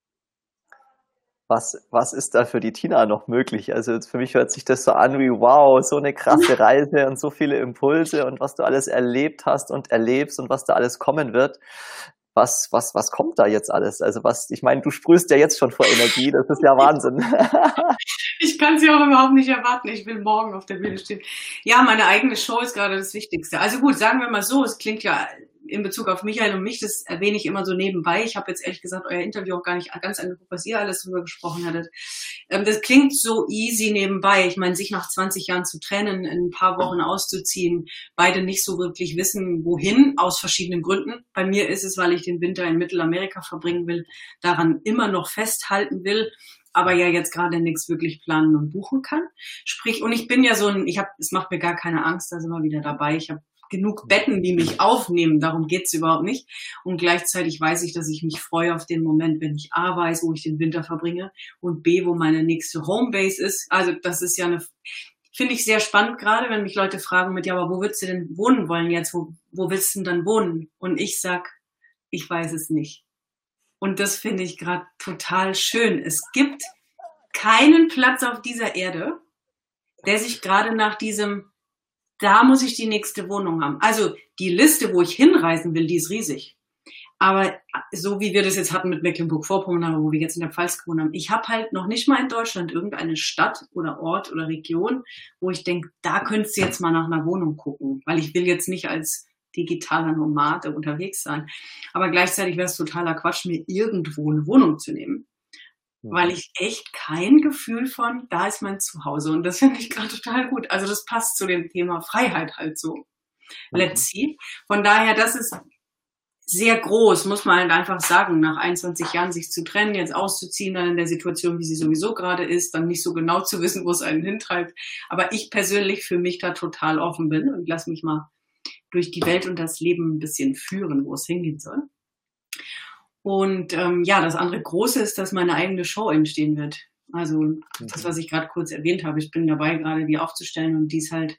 Was ist da für die Tina noch möglich? Also für mich hört sich das so an wie, wow, so eine krasse Reise und so viele Impulse und was du alles erlebt hast und erlebst und was da alles kommen wird. Was kommt da jetzt alles? Also ich meine, du sprühst ja jetzt schon vor Energie, das ist ja Wahnsinn. Ich kann es ja auch überhaupt nicht erwarten. Ich will morgen auf der Bühne stehen. Ja, meine eigene Show ist gerade das Wichtigste. Also gut, sagen wir mal so, es klingt ja in Bezug auf Michael und mich, das erwähne ich immer so nebenbei. Ich habe jetzt ehrlich gesagt euer Interview auch gar nicht ganz angeguckt, was ihr alles drüber gesprochen hattet. Das klingt so easy nebenbei. Ich meine, sich nach 20 Jahren zu trennen, in ein paar Wochen auszuziehen, beide nicht so wirklich wissen, wohin, aus verschiedenen Gründen. Bei mir ist es, weil ich den Winter in Mittelamerika verbringen will, daran immer noch festhalten will, aber ja jetzt gerade nichts wirklich planen und buchen kann. Sprich, und ich bin ja es macht mir gar keine Angst, da sind wir wieder dabei. Ich habe genug Betten, die mich aufnehmen, darum geht's überhaupt nicht. Und gleichzeitig weiß ich, dass ich mich freue auf den Moment, wenn ich A weiß, wo ich den Winter verbringe und B, wo meine nächste Homebase ist. Also das ist ja finde ich sehr spannend gerade, wenn mich Leute fragen ja, aber wo würdest du denn wohnen wollen jetzt? Wo willst du denn dann wohnen? Und ich sag, ich weiß es nicht. Und das finde ich gerade total schön. Es gibt keinen Platz auf dieser Erde, der sich gerade nach da muss ich die nächste Wohnung haben. Also die Liste, wo ich hinreisen will, die ist riesig. Aber so wie wir das jetzt hatten mit Mecklenburg-Vorpommern, wo wir jetzt in der Pfalz gewohnt haben, ich habe halt noch nicht mal in Deutschland irgendeine Stadt oder Ort oder Region, wo ich denke, da könntest du jetzt mal nach einer Wohnung gucken. Weil ich will jetzt nicht als digitaler Nomade unterwegs sein. Aber gleichzeitig wäre es totaler Quatsch, mir irgendwo eine Wohnung zu nehmen. Weil ich echt kein Gefühl da ist mein Zuhause. Und das finde ich gerade total gut. Also das passt zu dem Thema Freiheit halt so. Let's see. Von daher, das ist sehr groß, muss man halt einfach sagen, nach 21 Jahren sich zu trennen, jetzt auszuziehen, dann in der Situation, wie sie sowieso gerade ist, dann nicht so genau zu wissen, wo es einen hintreibt. Aber ich persönlich für mich da total offen bin und lass mich mal durch die Welt und das Leben ein bisschen führen, wo es hingehen soll. Und das andere Große ist, dass meine eigene Show entstehen wird. Also das, was ich gerade kurz erwähnt habe. Ich bin dabei, gerade die aufzustellen und die ist halt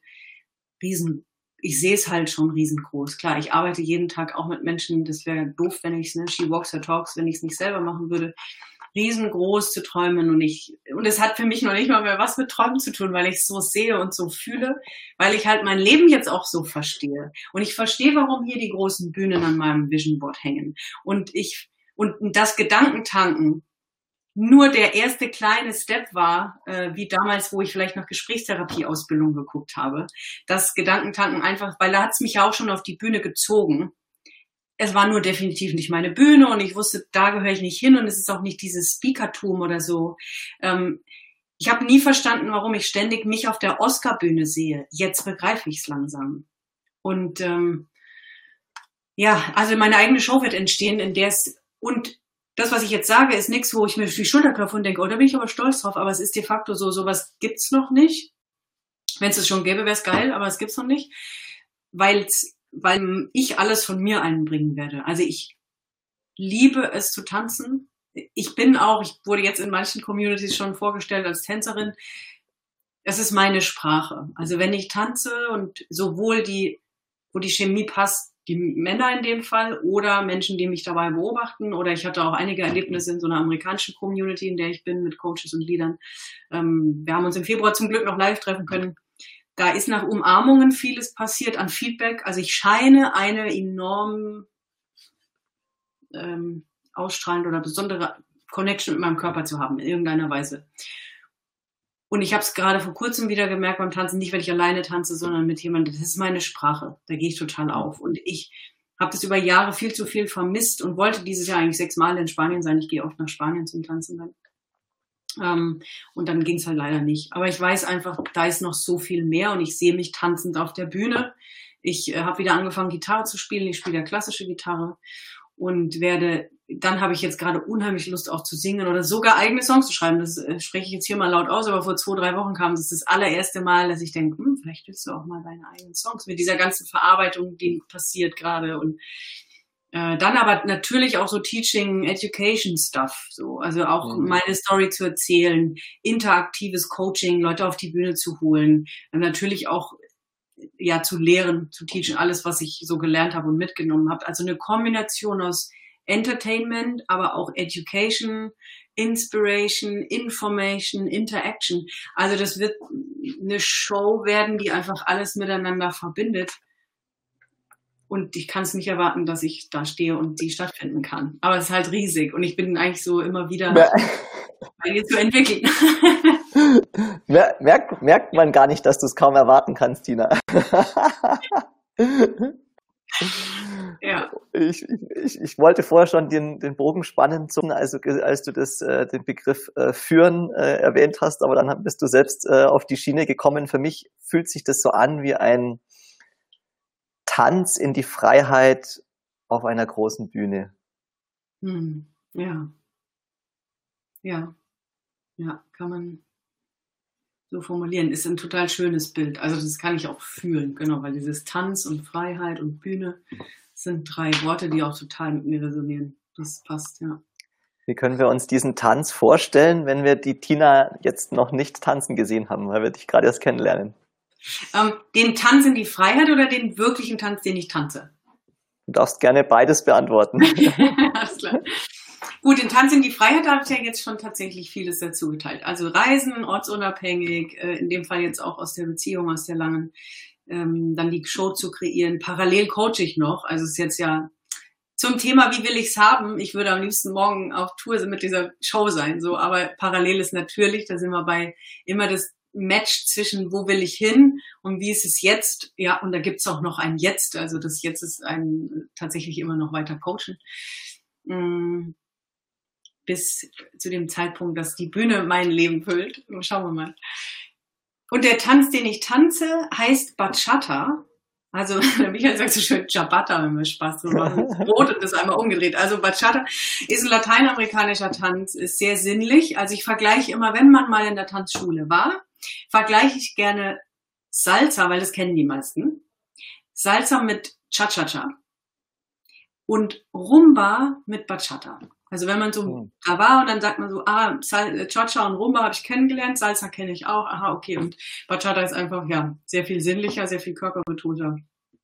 ich sehe es halt schon riesengroß. Klar, ich arbeite jeden Tag auch mit Menschen, das wäre doof, wenn ich es, she walks her talks, wenn ich es nicht selber machen würde. Riesengroß zu träumen und es hat für mich noch nicht mal mehr was mit Träumen zu tun, weil ich es so sehe und so fühle, weil ich halt mein Leben jetzt auch so verstehe. Und ich verstehe, warum hier die großen Bühnen an meinem Vision Board hängen. Und das Gedankentanken nur der erste kleine Step war, wie damals, wo ich vielleicht noch Gesprächstherapie-Ausbildung geguckt habe. Das Gedankentanken einfach, weil da hat es mich ja auch schon auf die Bühne gezogen. Es war nur definitiv nicht meine Bühne und ich wusste, da gehöre ich nicht hin und es ist auch nicht dieses Speakertum oder so. Ich habe nie verstanden, warum ich ständig mich auf der Oscar-Bühne sehe. Jetzt begreife ich es langsam. Und also meine eigene Show wird entstehen, in der und das, was ich jetzt sage, ist nichts, wo ich mir auf die Schulter klopfe und denke, da bin ich aber stolz drauf, aber es ist de facto so, sowas gibt's noch nicht. Wenn es schon gäbe, wäre es geil, aber es gibt's noch nicht, weil ich alles von mir einbringen werde. Also ich liebe es zu tanzen. Ich wurde jetzt in manchen Communities schon vorgestellt als Tänzerin. Es ist meine Sprache. Also wenn ich tanze und sowohl wo die Chemie passt, die Männer in dem Fall oder Menschen, die mich dabei beobachten, oder ich hatte auch einige Erlebnisse in so einer amerikanischen Community, in der ich bin, mit Coaches und Leadern. Wir haben uns im Februar zum Glück noch live treffen können. Da ist nach Umarmungen vieles passiert an Feedback. Also ich scheine eine enorm ausstrahlende oder besondere Connection mit meinem Körper zu haben, in irgendeiner Weise. Und ich habe es gerade vor kurzem wieder gemerkt beim Tanzen, nicht weil ich alleine tanze, sondern mit jemandem, das ist meine Sprache, da gehe ich total auf. Und ich habe das über Jahre viel zu viel vermisst und wollte dieses Jahr eigentlich 6 Mal in Spanien sein. Ich gehe oft nach Spanien zum Tanzen dann. Und dann ging es halt leider nicht. Aber ich weiß einfach, da ist noch so viel mehr und ich sehe mich tanzend auf der Bühne. Ich habe wieder angefangen, Gitarre zu spielen. Ich spiele ja klassische Gitarre und werde dann habe ich jetzt gerade unheimlich Lust auch zu singen oder sogar eigene Songs zu schreiben. Das spreche ich jetzt hier mal laut aus, aber vor 2-3 Wochen kam das allererste Mal, dass ich denke, vielleicht willst du auch mal deine eigenen Songs mit dieser ganzen Verarbeitung, die passiert gerade. Und dann aber natürlich auch so Teaching, Education Stuff, so, also auch meine Story zu erzählen, interaktives Coaching, Leute auf die Bühne zu holen, und natürlich auch ja zu lehren, zu teachen, alles, was ich so gelernt habe und mitgenommen habe. Also eine Kombination aus Entertainment, aber auch Education, Inspiration, Information, Interaction. Also das wird eine Show werden, die einfach alles miteinander verbindet. Und ich kann es nicht erwarten, dass ich da stehe und die stattfinden kann. Aber es ist halt riesig und ich bin eigentlich so immer wieder bei dir zu entwickeln. Merkt man gar nicht, dass du es kaum erwarten kannst, Tina. Ja. Ich wollte vorher schon den Bogen spannen, als du den Begriff führen erwähnt hast, aber dann bist du selbst auf die Schiene gekommen. Für mich fühlt sich das so an wie ein Tanz in die Freiheit auf einer großen Bühne. Ja. Ja, kann man so formulieren. Ist ein total schönes Bild. Also das kann ich auch fühlen, genau, weil dieses Tanz und Freiheit und Bühne sind 3 Worte, die auch total mit mir resonieren. Das passt, ja. Wie können wir uns diesen Tanz vorstellen, wenn wir die Tina jetzt noch nicht tanzen gesehen haben, weil wir dich gerade erst kennenlernen? Den Tanz in die Freiheit oder den wirklichen Tanz, den ich tanze? Du darfst gerne beides beantworten. Alles klar. Gut, den Tanz in die Freiheit, da habe ich ja jetzt schon tatsächlich vieles dazu geteilt. Also Reisen, ortsunabhängig, in dem Fall jetzt auch aus der Beziehung, aus der langen, dann die Show zu kreieren. Parallel coache ich noch, also es ist jetzt ja zum Thema, wie will ich's haben? Ich würde am liebsten morgen auf Tour mit dieser Show sein, so, aber parallel ist natürlich, da sind wir bei immer das Match zwischen wo will ich hin und wie ist es jetzt, ja, und da gibt's auch noch ein Jetzt, also das Jetzt ist ein tatsächlich immer noch weiter coachen, bis zu dem Zeitpunkt, dass die Bühne mein Leben füllt. Schauen wir mal. Und der Tanz, den ich tanze, heißt Bachata. Also, der Michael sagt so schön Ciabatta, wenn wir Spaß drüber machen. Das Brot und das einmal umgedreht. Also Bachata ist ein lateinamerikanischer Tanz, ist sehr sinnlich. Also ich vergleiche immer, wenn man mal in der Tanzschule war, vergleiche ich gerne Salsa, weil das kennen die meisten. Salsa mit Cha-Cha-Cha und Rumba mit Bachata. Also wenn man so da war und dann sagt man so, Cha-Cha und Rumba habe ich kennengelernt, Salsa kenne ich auch, aha, okay. Und Bachata ist einfach, ja, sehr viel sinnlicher, sehr viel körperbetonter.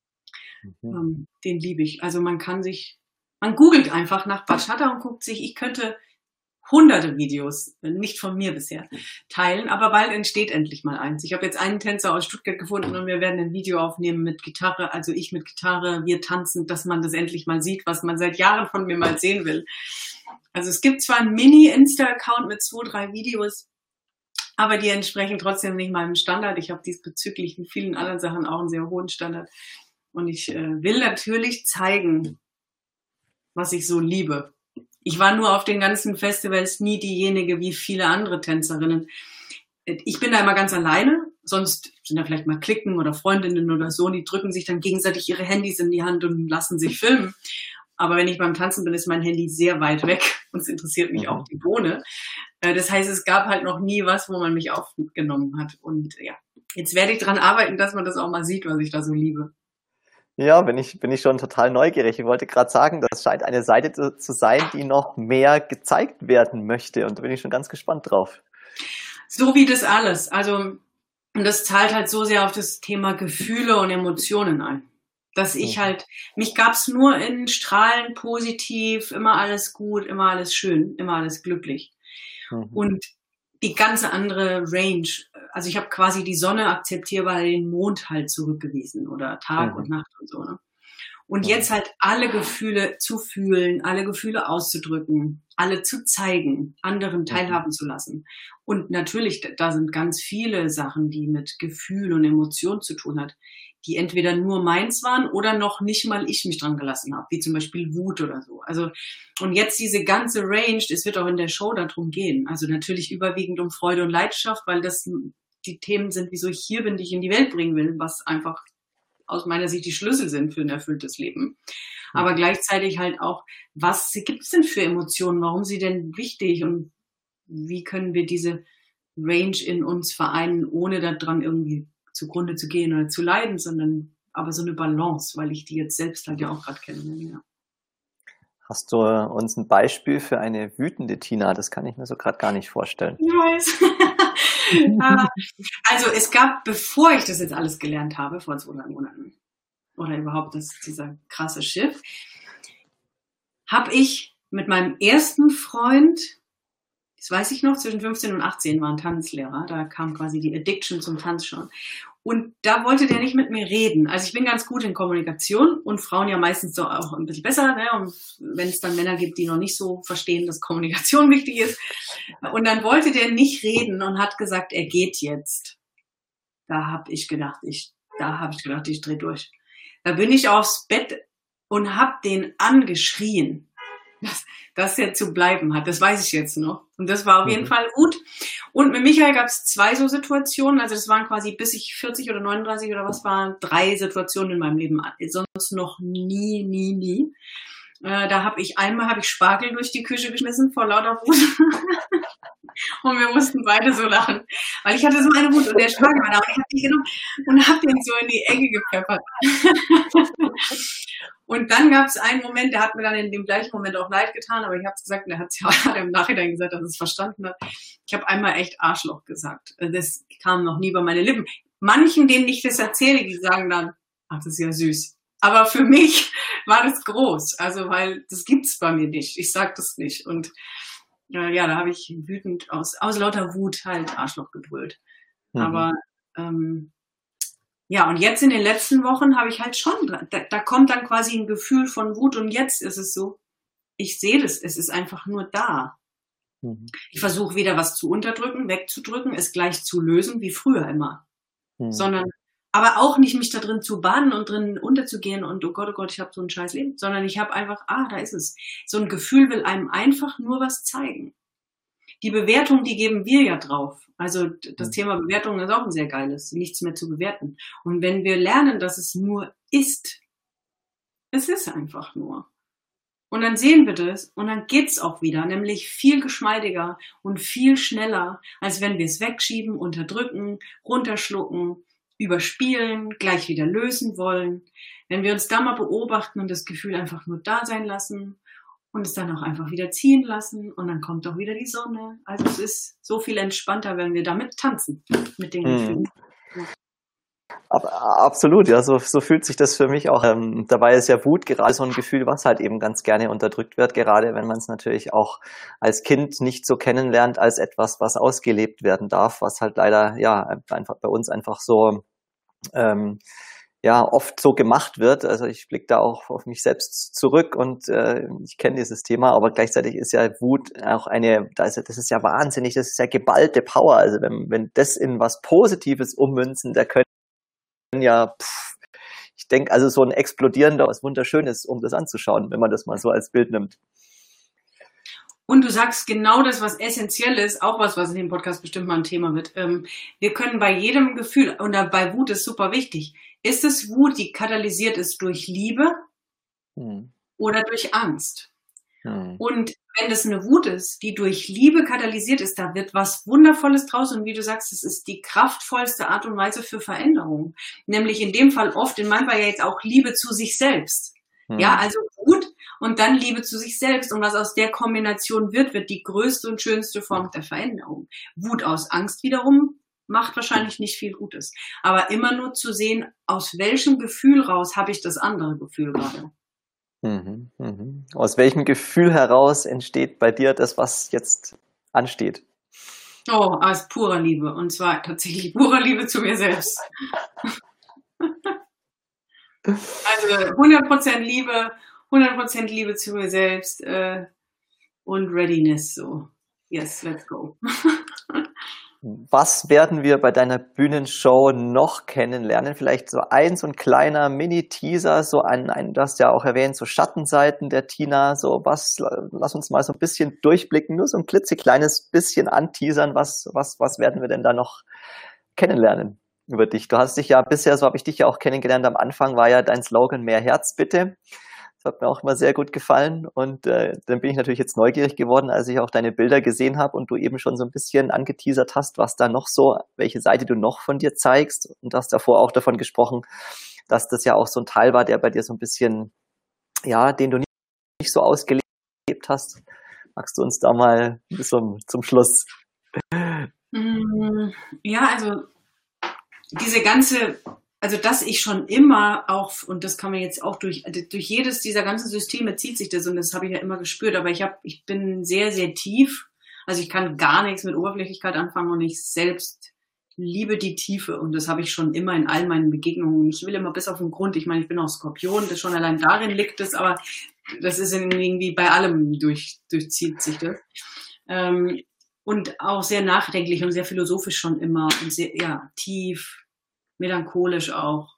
Den liebe ich. Also man googelt einfach nach Bachata und guckt sich, ich könnte hunderte Videos, nicht von mir bisher, teilen, aber bald entsteht endlich mal eins. Ich habe jetzt einen Tänzer aus Stuttgart gefunden und wir werden ein Video aufnehmen mit Gitarre, also ich mit Gitarre, wir tanzen, dass man das endlich mal sieht, was man seit Jahren von mir mal sehen will. Also es gibt zwar einen Mini-Insta-Account mit 2-3 Videos, aber die entsprechen trotzdem nicht meinem Standard. Ich habe diesbezüglich in vielen anderen Sachen auch einen sehr hohen Standard. Und ich will natürlich zeigen, was ich so liebe. Ich war nur auf den ganzen Festivals nie diejenige wie viele andere Tänzerinnen. Ich bin da immer ganz alleine, sonst sind da vielleicht mal Klicken oder Freundinnen oder so, und die drücken sich dann gegenseitig ihre Handys in die Hand und lassen sich filmen. Aber wenn ich beim Tanzen bin, ist mein Handy sehr weit weg und es interessiert mich auch die Bohne. Das heißt, es gab halt noch nie was, wo man mich aufgenommen hat. Und ja, jetzt werde ich dran arbeiten, dass man das auch mal sieht, was ich da so liebe. Ja, bin ich schon total neugierig. Ich wollte gerade sagen, das scheint eine Seite zu sein, die noch mehr gezeigt werden möchte. Und da bin ich schon ganz gespannt drauf. So wie das alles. Also, und das zahlt halt so sehr auf das Thema Gefühle und Emotionen ein. Dass ich halt, mich gab's nur in Strahlen positiv, immer alles gut, immer alles schön, immer alles glücklich. Und die ganze andere Range, also ich habe quasi die Sonne akzeptiert, weil den Mond halt zurückgewiesen oder Tag und Nacht und so, ne? Und jetzt halt alle Gefühle zu fühlen, alle Gefühle auszudrücken, alle zu zeigen, anderen teilhaben zu lassen. Und natürlich, da sind ganz viele Sachen, die mit Gefühl und Emotion zu tun hat, die entweder nur meins waren oder noch nicht mal ich mich dran gelassen habe, wie zum Beispiel Wut oder so. Also, und jetzt diese ganze Range, es wird auch in der Show darum gehen. Also natürlich überwiegend um Freude und Leidenschaft, weil das die Themen sind, wieso ich hier bin, die ich in die Welt bringen will, was einfach aus meiner Sicht die Schlüssel sind für ein erfülltes Leben. aber gleichzeitig halt auch, was gibt es denn für Emotionen? Warum sind sie denn wichtig? Und wie können wir diese Range in uns vereinen, ohne daran irgendwie zugrunde zu gehen oder zu leiden, sondern aber so eine Balance, weil ich die jetzt selbst halt ja auch gerade kenne. Ja. Hast du uns ein Beispiel für eine wütende Tina? Das kann ich mir so gerade gar nicht vorstellen. Ich weiß. Also es gab, bevor ich das jetzt alles gelernt habe, vor 2 Monaten, oder überhaupt dieser krasse Shift, habe ich mit meinem ersten Freund, das weiß ich noch, zwischen 15 und 18 war ein Tanzlehrer, da kam quasi die Addiction zum Tanz schon. Und da wollte der nicht mit mir reden. Also ich bin ganz gut in Kommunikation und Frauen ja meistens so auch ein bisschen besser. Ne? Und wenn es dann Männer gibt, die noch nicht so verstehen, dass Kommunikation wichtig ist. Und dann wollte der nicht reden und hat gesagt, er geht jetzt. Da habe ich gedacht, ich drehe durch. Da bin ich aufs Bett und habe den angeschrien, dass er zu bleiben hat. Das weiß ich jetzt noch. Und das war auf jeden Fall Wut. Und mit Michael gab es 2 so Situationen. Also das waren quasi, bis ich 40 oder 39 oder was waren, 3 Situationen in meinem Leben. Sonst noch nie. Da habe ich Spargel durch die Küche geschmissen vor lauter Wut. Und wir mussten beide so lachen. Weil ich hatte so eine Wut und der Spargel war da. Und ich habe die genommen und habe den so in die Ecke gepfeffert. Und dann gab es einen Moment, der hat mir dann in dem gleichen Moment auch leid getan, aber ich habe es gesagt und er hat im Nachhinein gesagt, dass er es verstanden hat. Ich habe einmal echt Arschloch gesagt. Das kam noch nie über meine Lippen. Manchen, denen ich das erzähle, die sagen dann, ach, das ist ja süß. Aber für mich war das groß, also weil das gibt's bei mir nicht. Ich sag das nicht. Und ja, da habe ich wütend aus lauter Wut halt Arschloch gebrüllt. Aber ja, und jetzt in den letzten Wochen habe ich halt schon, da kommt dann quasi ein Gefühl von Wut und jetzt ist es so, ich sehe das, es ist einfach nur da. Ich versuche weder was zu unterdrücken, wegzudrücken, es gleich zu lösen, wie früher immer. Sondern, aber auch nicht mich da drin zu baden und drin unterzugehen und oh Gott, ich habe so ein scheiß Leben, sondern ich habe einfach, da ist es. So ein Gefühl will einem einfach nur was zeigen. Die Bewertung, die geben wir ja drauf. Also das Thema Bewertung ist auch ein sehr geiles, nichts mehr zu bewerten. Und wenn wir lernen, dass es nur ist, es ist einfach nur. Und dann sehen wir das und dann geht's auch wieder, nämlich viel geschmeidiger und viel schneller, als wenn wir es wegschieben, unterdrücken, runterschlucken, überspielen, gleich wieder lösen wollen. Wenn wir uns da mal beobachten und das Gefühl einfach nur da sein lassen und es dann auch einfach wieder ziehen lassen und dann kommt auch wieder die Sonne. Also es ist so viel entspannter, wenn wir damit tanzen, mit den Gefühlen. Ja. Absolut, ja, so fühlt sich das für mich auch. Dabei ist ja Wut gerade so ein Gefühl, was halt eben ganz gerne unterdrückt wird, gerade wenn man es natürlich auch als Kind nicht so kennenlernt als etwas, was ausgelebt werden darf, was halt leider ja einfach bei uns einfach so oft so gemacht wird. Also ich blicke da auch auf mich selbst zurück und ich kenne dieses Thema, aber gleichzeitig ist ja Wut auch das ist ja wahnsinnig, das ist ja geballte Power. Also wenn das in was Positives ummünzen, da können ja, ich denke, also so ein explodierender, was Wunderschönes, um das anzuschauen, wenn man das mal so als Bild nimmt. Und du sagst genau das, was essentiell ist, auch was in dem Podcast bestimmt mal ein Thema wird. Wir können bei jedem Gefühl, und bei Wut ist super wichtig, ist es Wut, die katalysiert ist durch Liebe oder durch Angst? Und wenn das eine Wut ist, die durch Liebe katalysiert ist, da wird was Wundervolles draus. Und wie du sagst, es ist die kraftvollste Art und Weise für Veränderung. Nämlich in dem Fall oft, in meinem Fall ja jetzt auch Liebe zu sich selbst. Ja, also Wut und dann Liebe zu sich selbst. Und was aus der Kombination wird die größte und schönste Form der Veränderung. Wut aus Angst wiederum macht wahrscheinlich nicht viel Gutes. Aber immer nur zu sehen, aus welchem Gefühl raus habe ich das andere Gefühl gerade. Aus welchem Gefühl heraus entsteht bei dir das, was jetzt ansteht? Oh, aus purer Liebe. Und zwar tatsächlich purer Liebe zu mir selbst. Also 100% Liebe, 100% Liebe zu mir selbst und Readiness. So, yes, let's go. Was werden wir bei deiner Bühnenshow noch kennenlernen? Vielleicht so ein kleiner Mini-Teaser, du hast ja auch erwähnt, so Schattenseiten der Tina, lass uns mal so ein bisschen durchblicken, nur so ein klitzekleines bisschen anteasern, was werden wir denn da noch kennenlernen über dich? Du hast dich ja bisher, so habe ich dich ja auch kennengelernt, am Anfang war ja dein Slogan mehr Herz bitte. Das hat mir auch immer sehr gut gefallen. Und dann bin ich natürlich jetzt neugierig geworden, als ich auch deine Bilder gesehen habe und du eben schon so ein bisschen angeteasert hast, was da noch so, welche Seite du noch von dir zeigst. Und du hast davor auch davon gesprochen, dass das ja auch so ein Teil war, der bei dir so ein bisschen, ja, den du nicht so ausgelebt hast. Magst du uns da mal zum Schluss? Ja, also diese ganze, also dass ich schon immer auch, und das kann man jetzt auch durch jedes dieser ganzen Systeme zieht sich das, und das habe ich ja immer gespürt, aber ich bin sehr, sehr tief, also ich kann gar nichts mit Oberflächlichkeit anfangen, und ich selbst liebe die Tiefe, und das habe ich schon immer in all meinen Begegnungen. Ich will immer bis auf den Grund, ich meine, ich bin auch Skorpion, das schon allein darin liegt es, aber das ist irgendwie bei allem durchzieht sich das. Und auch sehr nachdenklich und sehr philosophisch schon immer und sehr, ja, tief, melancholisch auch.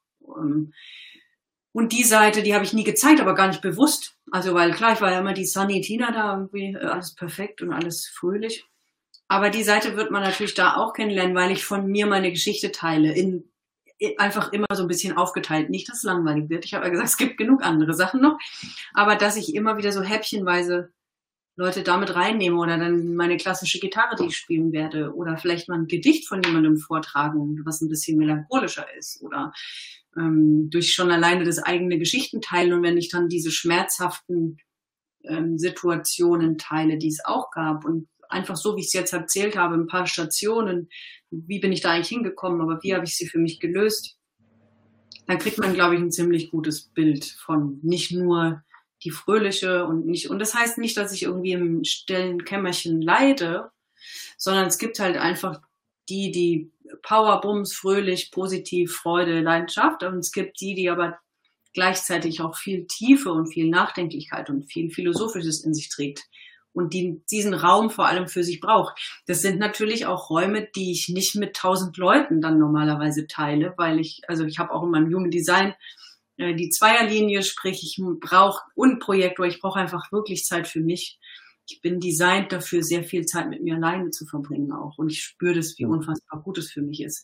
Und die Seite, die habe ich nie gezeigt, aber gar nicht bewusst. Also, weil klar, ich war ja immer die Sunny Tina da, irgendwie alles perfekt und alles fröhlich. Aber die Seite wird man natürlich da auch kennenlernen, weil ich von mir meine Geschichte teile, einfach immer so ein bisschen aufgeteilt. Nicht, dass es langweilig wird. Ich habe ja gesagt, es gibt genug andere Sachen noch. Aber dass ich immer wieder so häppchenweise Leute damit reinnehme oder dann meine klassische Gitarre, die ich spielen werde, oder vielleicht mal ein Gedicht von jemandem vortragen, was ein bisschen melancholischer ist, oder durch schon alleine das eigene Geschichten teilen. Und wenn ich dann diese schmerzhaften Situationen teile, die es auch gab, und einfach so, wie ich es jetzt erzählt habe, ein paar Stationen, wie bin ich da eigentlich hingekommen, aber wie habe ich sie für mich gelöst, dann kriegt man, glaube ich, ein ziemlich gutes Bild von nicht nur die fröhliche und das heißt nicht, dass ich irgendwie im stillen Kämmerchen leide, sondern es gibt halt einfach die Power, Bums, fröhlich, positiv, Freude, Leidenschaft, und es gibt die aber gleichzeitig auch viel Tiefe und viel Nachdenklichkeit und viel Philosophisches in sich trägt und diesen Raum vor allem für sich braucht. Das sind natürlich auch Räume, die ich nicht mit 1000 Leuten dann normalerweise teile, weil ich habe auch in meinem Human Design die Zweierlinie, sprich ich brauche und Projektor, ich brauche einfach wirklich Zeit für mich. Ich bin designt dafür, sehr viel Zeit mit mir alleine zu verbringen auch, und ich spüre das, wie unfassbar gut es für mich ist.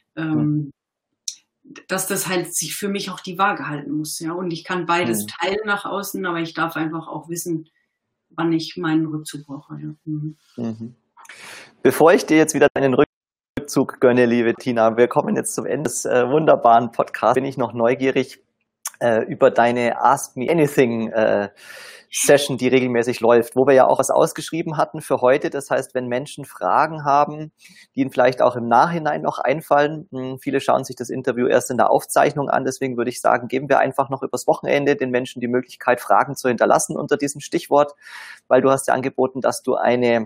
Dass das halt sich für mich auch die Waage halten muss, ja, und ich kann beides teilen nach außen, aber ich darf einfach auch wissen, wann ich meinen Rückzug brauche. Ja. Bevor ich dir jetzt wieder einen Rückzug gönne, liebe Tina, wir kommen jetzt zum Ende des wunderbaren Podcasts, bin ich noch neugierig über deine Ask Me Anything Session, die regelmäßig läuft, wo wir ja auch was ausgeschrieben hatten für heute. Das heißt, wenn Menschen Fragen haben, die ihnen vielleicht auch im Nachhinein noch einfallen, viele schauen sich das Interview erst in der Aufzeichnung an, deswegen würde ich sagen, geben wir einfach noch übers Wochenende den Menschen die Möglichkeit, Fragen zu hinterlassen unter diesem Stichwort, weil du hast ja angeboten, dass du einen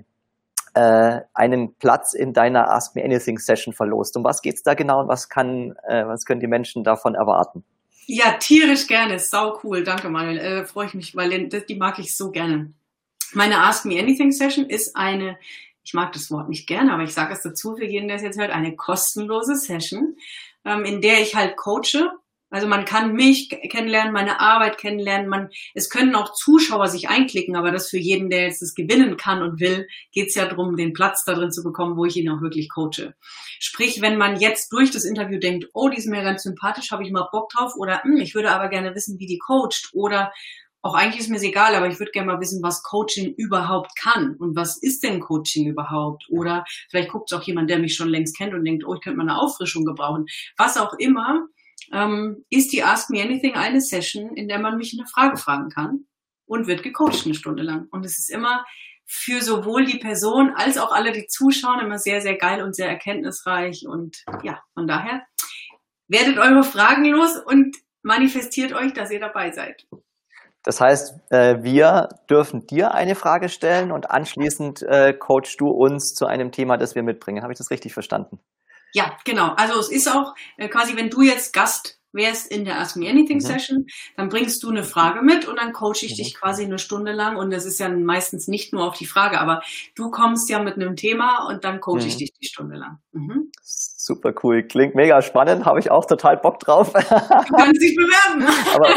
Platz in deiner Ask Me Anything Session verlost. Um was geht's da genau und was können die Menschen davon erwarten? Ja, tierisch gerne. Sau cool. Danke, Manuel. Freue ich mich, weil die mag ich so gerne. Meine Ask Me Anything Session ist ich mag das Wort nicht gerne, aber ich sage es dazu für jeden, der es jetzt hört, eine kostenlose Session, in der ich halt coache. Also man kann mich kennenlernen, meine Arbeit kennenlernen. Es können auch Zuschauer sich einklicken, aber das für jeden, der jetzt das gewinnen kann und will, geht's ja darum, den Platz da drin zu bekommen, wo ich ihn auch wirklich coache. Sprich, wenn man jetzt durch das Interview denkt, oh, die ist mir ganz sympathisch, habe ich mal Bock drauf, oder ich würde aber gerne wissen, wie die coacht, oder auch eigentlich ist mir egal, aber ich würde gerne mal wissen, was Coaching überhaupt kann und was ist denn Coaching überhaupt, oder vielleicht guckt es auch jemand, der mich schon längst kennt und denkt, oh, ich könnte mal eine Auffrischung gebrauchen. Was auch immer, ist die Ask Me Anything eine Session, in der man mich eine Frage fragen kann und wird gecoacht eine Stunde lang. Und es ist immer für sowohl die Person als auch alle, die zuschauen, immer sehr, sehr geil und sehr erkenntnisreich. Und ja, von daher werdet eure Fragen los und manifestiert euch, dass ihr dabei seid. Das heißt, wir dürfen dir eine Frage stellen und anschließend coachst du uns zu einem Thema, das wir mitbringen. Habe ich das richtig verstanden? Ja, genau. Also es ist auch quasi, wenn du jetzt Gast wärst in der Ask Me Anything Session, dann bringst du eine Frage mit und dann coache ich dich quasi eine Stunde lang, und das ist ja meistens nicht nur auf die Frage, aber du kommst ja mit einem Thema und dann coache ich dich die Stunde lang. Super cool, klingt mega spannend, habe ich auch total Bock drauf. Du kannst dich bewerben.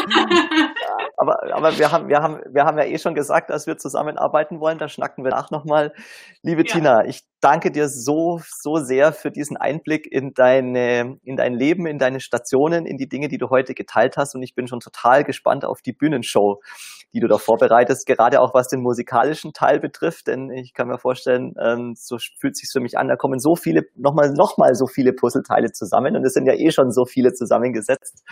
Aber wir haben ja eh schon gesagt, dass wir zusammenarbeiten wollen, da schnacken wir nach nochmal. Liebe Tina, ich danke dir so sehr für diesen Einblick in dein Leben, in deine Stationen, in die Dinge, die du heute geteilt hast. Und ich bin schon total gespannt auf die Bühnenshow, die du da vorbereitest, gerade auch was den musikalischen Teil betrifft. Denn ich kann mir vorstellen, so fühlt es sich für mich an, da kommen so viele, nochmal so viele Puzzleteile zusammen. Und es sind ja eh schon so viele zusammengesetzt.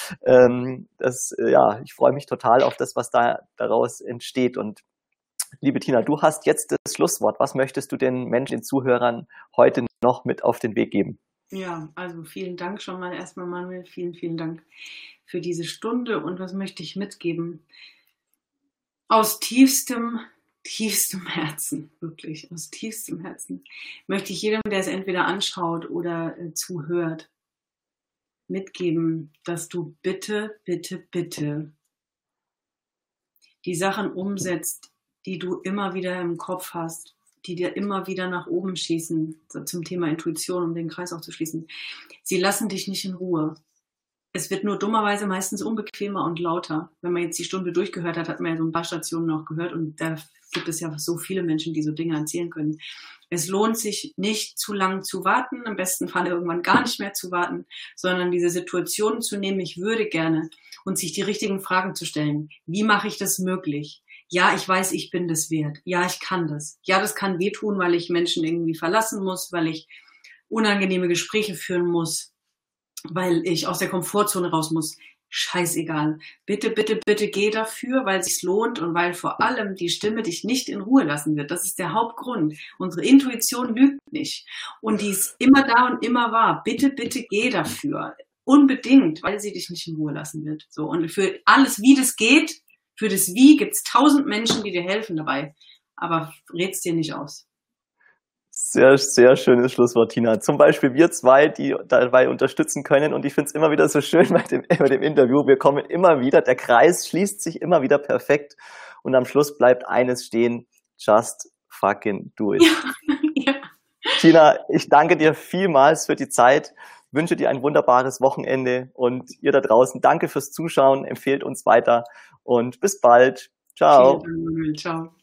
Ich freue mich total auf das, was daraus entsteht. Und liebe Tina, du hast jetzt das Schlusswort. Was möchtest du den Menschen, den Zuhörern heute noch mit auf den Weg geben? Ja, also vielen Dank schon mal erstmal, Manuel. Vielen, vielen Dank für diese Stunde. Und was möchte ich mitgeben? Aus tiefstem Herzen, wirklich, aus tiefstem Herzen, möchte ich jedem, der es entweder anschaut oder zuhört, mitgeben, dass du bitte, bitte, bitte die Sachen umsetzt, die du immer wieder im Kopf hast, die dir immer wieder nach oben schießen, so zum Thema Intuition, um den Kreis auch zu schließen. Sie lassen dich nicht in Ruhe. Es wird nur dummerweise meistens unbequemer und lauter. Wenn man jetzt die Stunde durchgehört hat, hat man ja so ein paar Stationen noch gehört und da gibt es ja so viele Menschen, die so Dinge erzählen können. Es lohnt sich nicht zu lang zu warten, im besten Fall irgendwann gar nicht mehr zu warten, sondern diese Situation zu nehmen, ich würde gerne, und sich die richtigen Fragen zu stellen. Wie mache ich das möglich? Ja, ich weiß, ich bin das wert. Ja, ich kann das. Ja, das kann wehtun, weil ich Menschen irgendwie verlassen muss, weil ich unangenehme Gespräche führen muss, weil ich aus der Komfortzone raus muss. Scheißegal. Bitte, bitte, bitte geh dafür, weil es sich lohnt und weil vor allem die Stimme dich nicht in Ruhe lassen wird. Das ist der Hauptgrund. Unsere Intuition lügt nicht. Und die ist immer da und immer wahr. Bitte, bitte geh dafür. Unbedingt, weil sie dich nicht in Ruhe lassen wird. So. Und für alles, wie das geht, für das Wie gibt es 1000 Menschen, die dir helfen dabei. Aber red's dir nicht aus. Sehr, sehr schönes Schlusswort, Tina. Zum Beispiel wir zwei, die dabei unterstützen können. Und ich finde es immer wieder so schön bei dem Interview. Wir kommen immer wieder, der Kreis schließt sich immer wieder perfekt. Und am Schluss bleibt eines stehen: Just fucking do it. Ja. Tina, ich danke dir vielmals für die Zeit. Wünsche dir ein wunderbares Wochenende. Und ihr da draußen, danke fürs Zuschauen. Empfehlt uns weiter. Und bis bald. Ciao. Ciao.